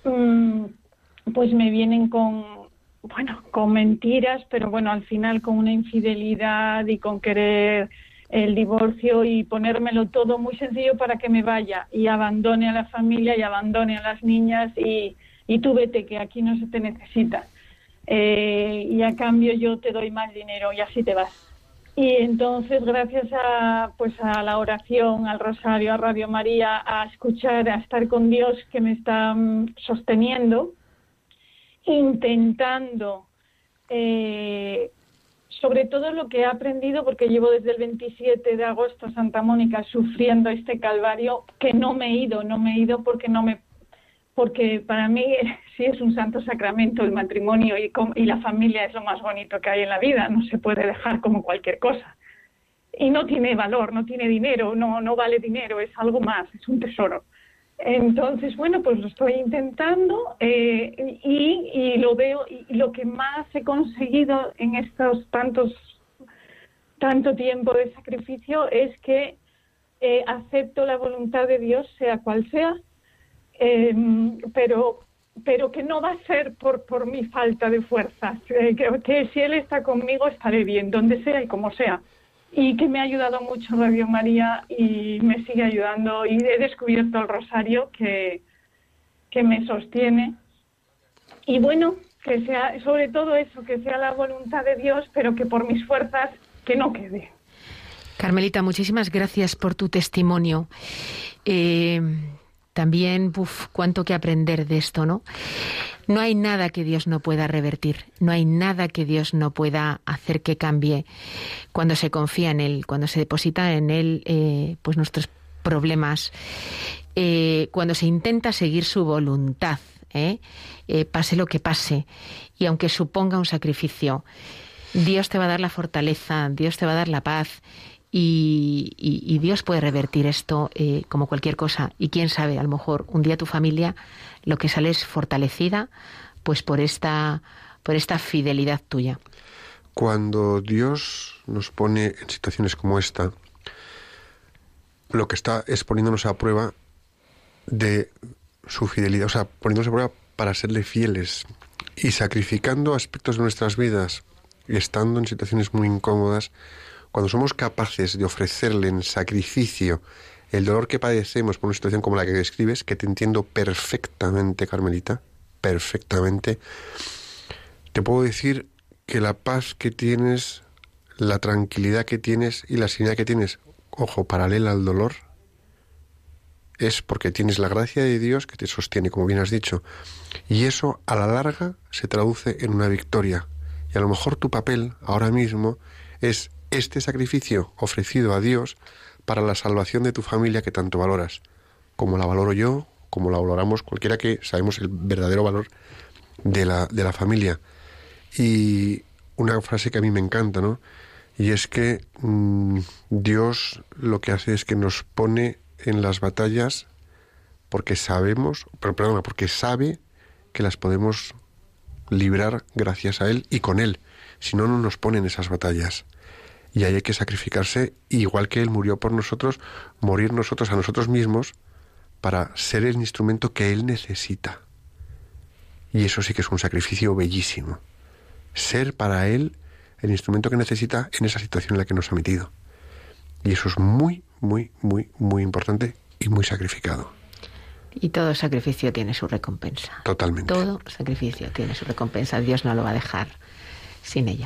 pues me vienen con bueno, con mentiras, pero bueno, al final con una infidelidad y con querer el divorcio y ponérmelo todo muy sencillo para que me vaya y abandone a la familia y abandone a las niñas y, y tú vete, que aquí no se te necesita. Eh, y a cambio yo te doy más dinero y así te vas. Y entonces, gracias a pues a la oración, al rosario, a Radio María, a escuchar, a estar con Dios que me está um, sosteniendo, intentando, eh, sobre todo lo que he aprendido, porque llevo desde el veintisiete de agosto a Santa Mónica sufriendo este calvario, que no me he ido, no me he ido porque no me, porque para mí sí es un santo sacramento el matrimonio y, y la familia es lo más bonito que hay en la vida, no se puede dejar como cualquier cosa. Y no tiene valor, no tiene dinero, no, no vale dinero, es algo más, es un tesoro. Entonces, bueno, pues lo estoy intentando eh, y, y lo veo, y lo que más he conseguido en estos tantos, tanto tiempo de sacrificio es que eh, acepto la voluntad de Dios, sea cual sea, eh, pero, pero que no va a ser por, por mi falta de fuerzas, eh, que, que si Él está conmigo estaré bien, donde sea y como sea. Y que me ha ayudado mucho Radio María y me sigue ayudando, y he descubierto el rosario que, que me sostiene. Y bueno, que sea sobre todo eso, que sea la voluntad de Dios, pero que por mis fuerzas que no quede. Carmelita, muchísimas gracias por tu testimonio. Eh, también, uf, cuánto que aprender de esto, ¿no? No hay nada que Dios no pueda revertir, no hay nada que Dios no pueda hacer que cambie cuando se confía en Él, cuando se deposita en Él eh, pues nuestros problemas, eh, cuando se intenta seguir su voluntad, ¿eh? Eh, pase lo que pase, y aunque suponga un sacrificio, Dios te va a dar la fortaleza, Dios te va a dar la paz. Y, y, y Dios puede revertir esto eh, como cualquier cosa. Y quién sabe, a lo mejor un día tu familia lo que sale es fortalecida pues por esta, por esta fidelidad tuya. Cuando Dios nos pone en situaciones como esta, lo que está es poniéndonos a prueba de su fidelidad, o sea, poniéndonos a prueba para serle fieles y sacrificando aspectos de nuestras vidas y estando en situaciones muy incómodas. Cuando somos capaces de ofrecerle en sacrificio el dolor que padecemos por una situación como la que describes, que te entiendo perfectamente, Carmelita, perfectamente, te puedo decir que la paz que tienes, la tranquilidad que tienes y la serenidad que tienes, ojo, paralela al dolor, es porque tienes la gracia de Dios que te sostiene, como bien has dicho, y eso a la larga se traduce en una victoria. Y a lo mejor tu papel ahora mismo es este sacrificio ofrecido a Dios para la salvación de tu familia que tanto valoras, como la valoro yo, como la valoramos cualquiera que sabemos el verdadero valor de la, de la familia. Y una frase que a mí me encanta, ¿no? Y es que mmm, Dios lo que hace es que nos pone en las batallas porque sabemos, pero perdona, porque sabe que las podemos librar gracias a Él y con Él. Si no, no nos pone en esas batallas. Y ahí hay que sacrificarse, igual que Él murió por nosotros, morir nosotros a nosotros mismos para ser el instrumento que Él necesita. Y eso sí que es un sacrificio bellísimo. Ser para Él el instrumento que necesita en esa situación en la que nos ha metido. Y eso es muy, muy, muy, muy importante y muy sacrificado. Y todo sacrificio tiene su recompensa. Totalmente. Todo sacrificio tiene su recompensa. Dios no lo va a dejar sin ella.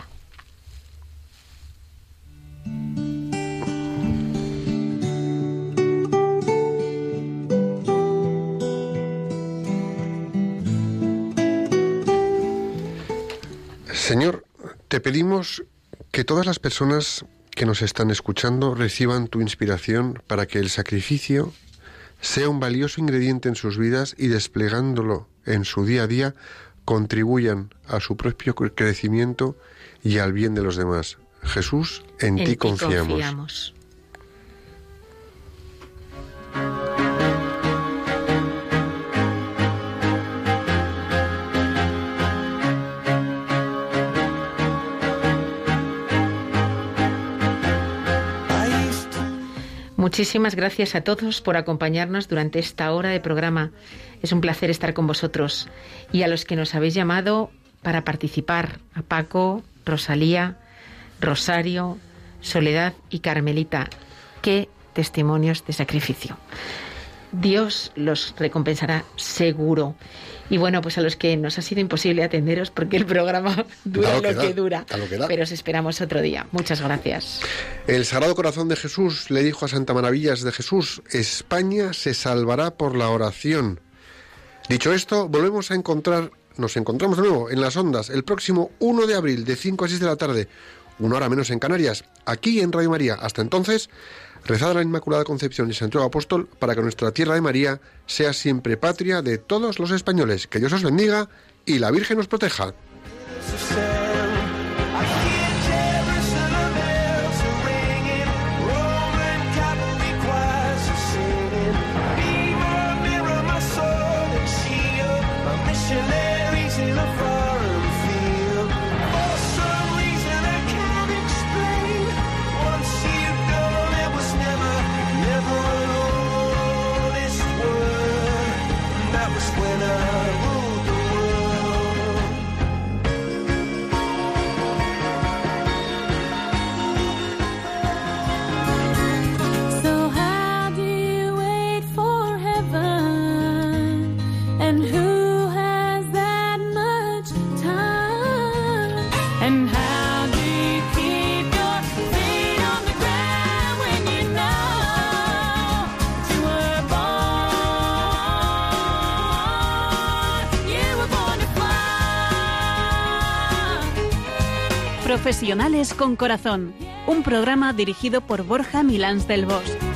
Señor, te pedimos que todas las personas que nos están escuchando reciban tu inspiración para que el sacrificio sea un valioso ingrediente en sus vidas y desplegándolo en su día a día contribuyan a su propio crecimiento y al bien de los demás. Jesús, en, En ti ti confiamos. confiamos. Muchísimas gracias a todos por acompañarnos durante esta hora de programa. Es un placer estar con vosotros. Y a los que nos habéis llamado para participar, a Paco, Rosalía, Rosario, Soledad y Carmelita. ¡Qué testimonios de sacrificio! Dios los recompensará seguro. Y bueno, pues a los que nos ha sido imposible atenderos porque el programa dura lo, que, lo que da, dura, lo que da. Pero os esperamos otro día. Muchas gracias. El Sagrado Corazón de Jesús le dijo a Santa Maravillas de Jesús: España se salvará por la oración. Dicho esto, volvemos a encontrar, nos encontramos de nuevo en las ondas el próximo uno de abril de cinco a seis de la tarde, una hora menos en Canarias, aquí en Radio María. Hasta entonces, rezad a la Inmaculada Concepción y Santiago Apóstol para que nuestra tierra de María sea siempre patria de todos los españoles. Que Dios os bendiga y la Virgen os proteja. Profesionales con Corazón, un programa dirigido por Borja Milans del Bosch.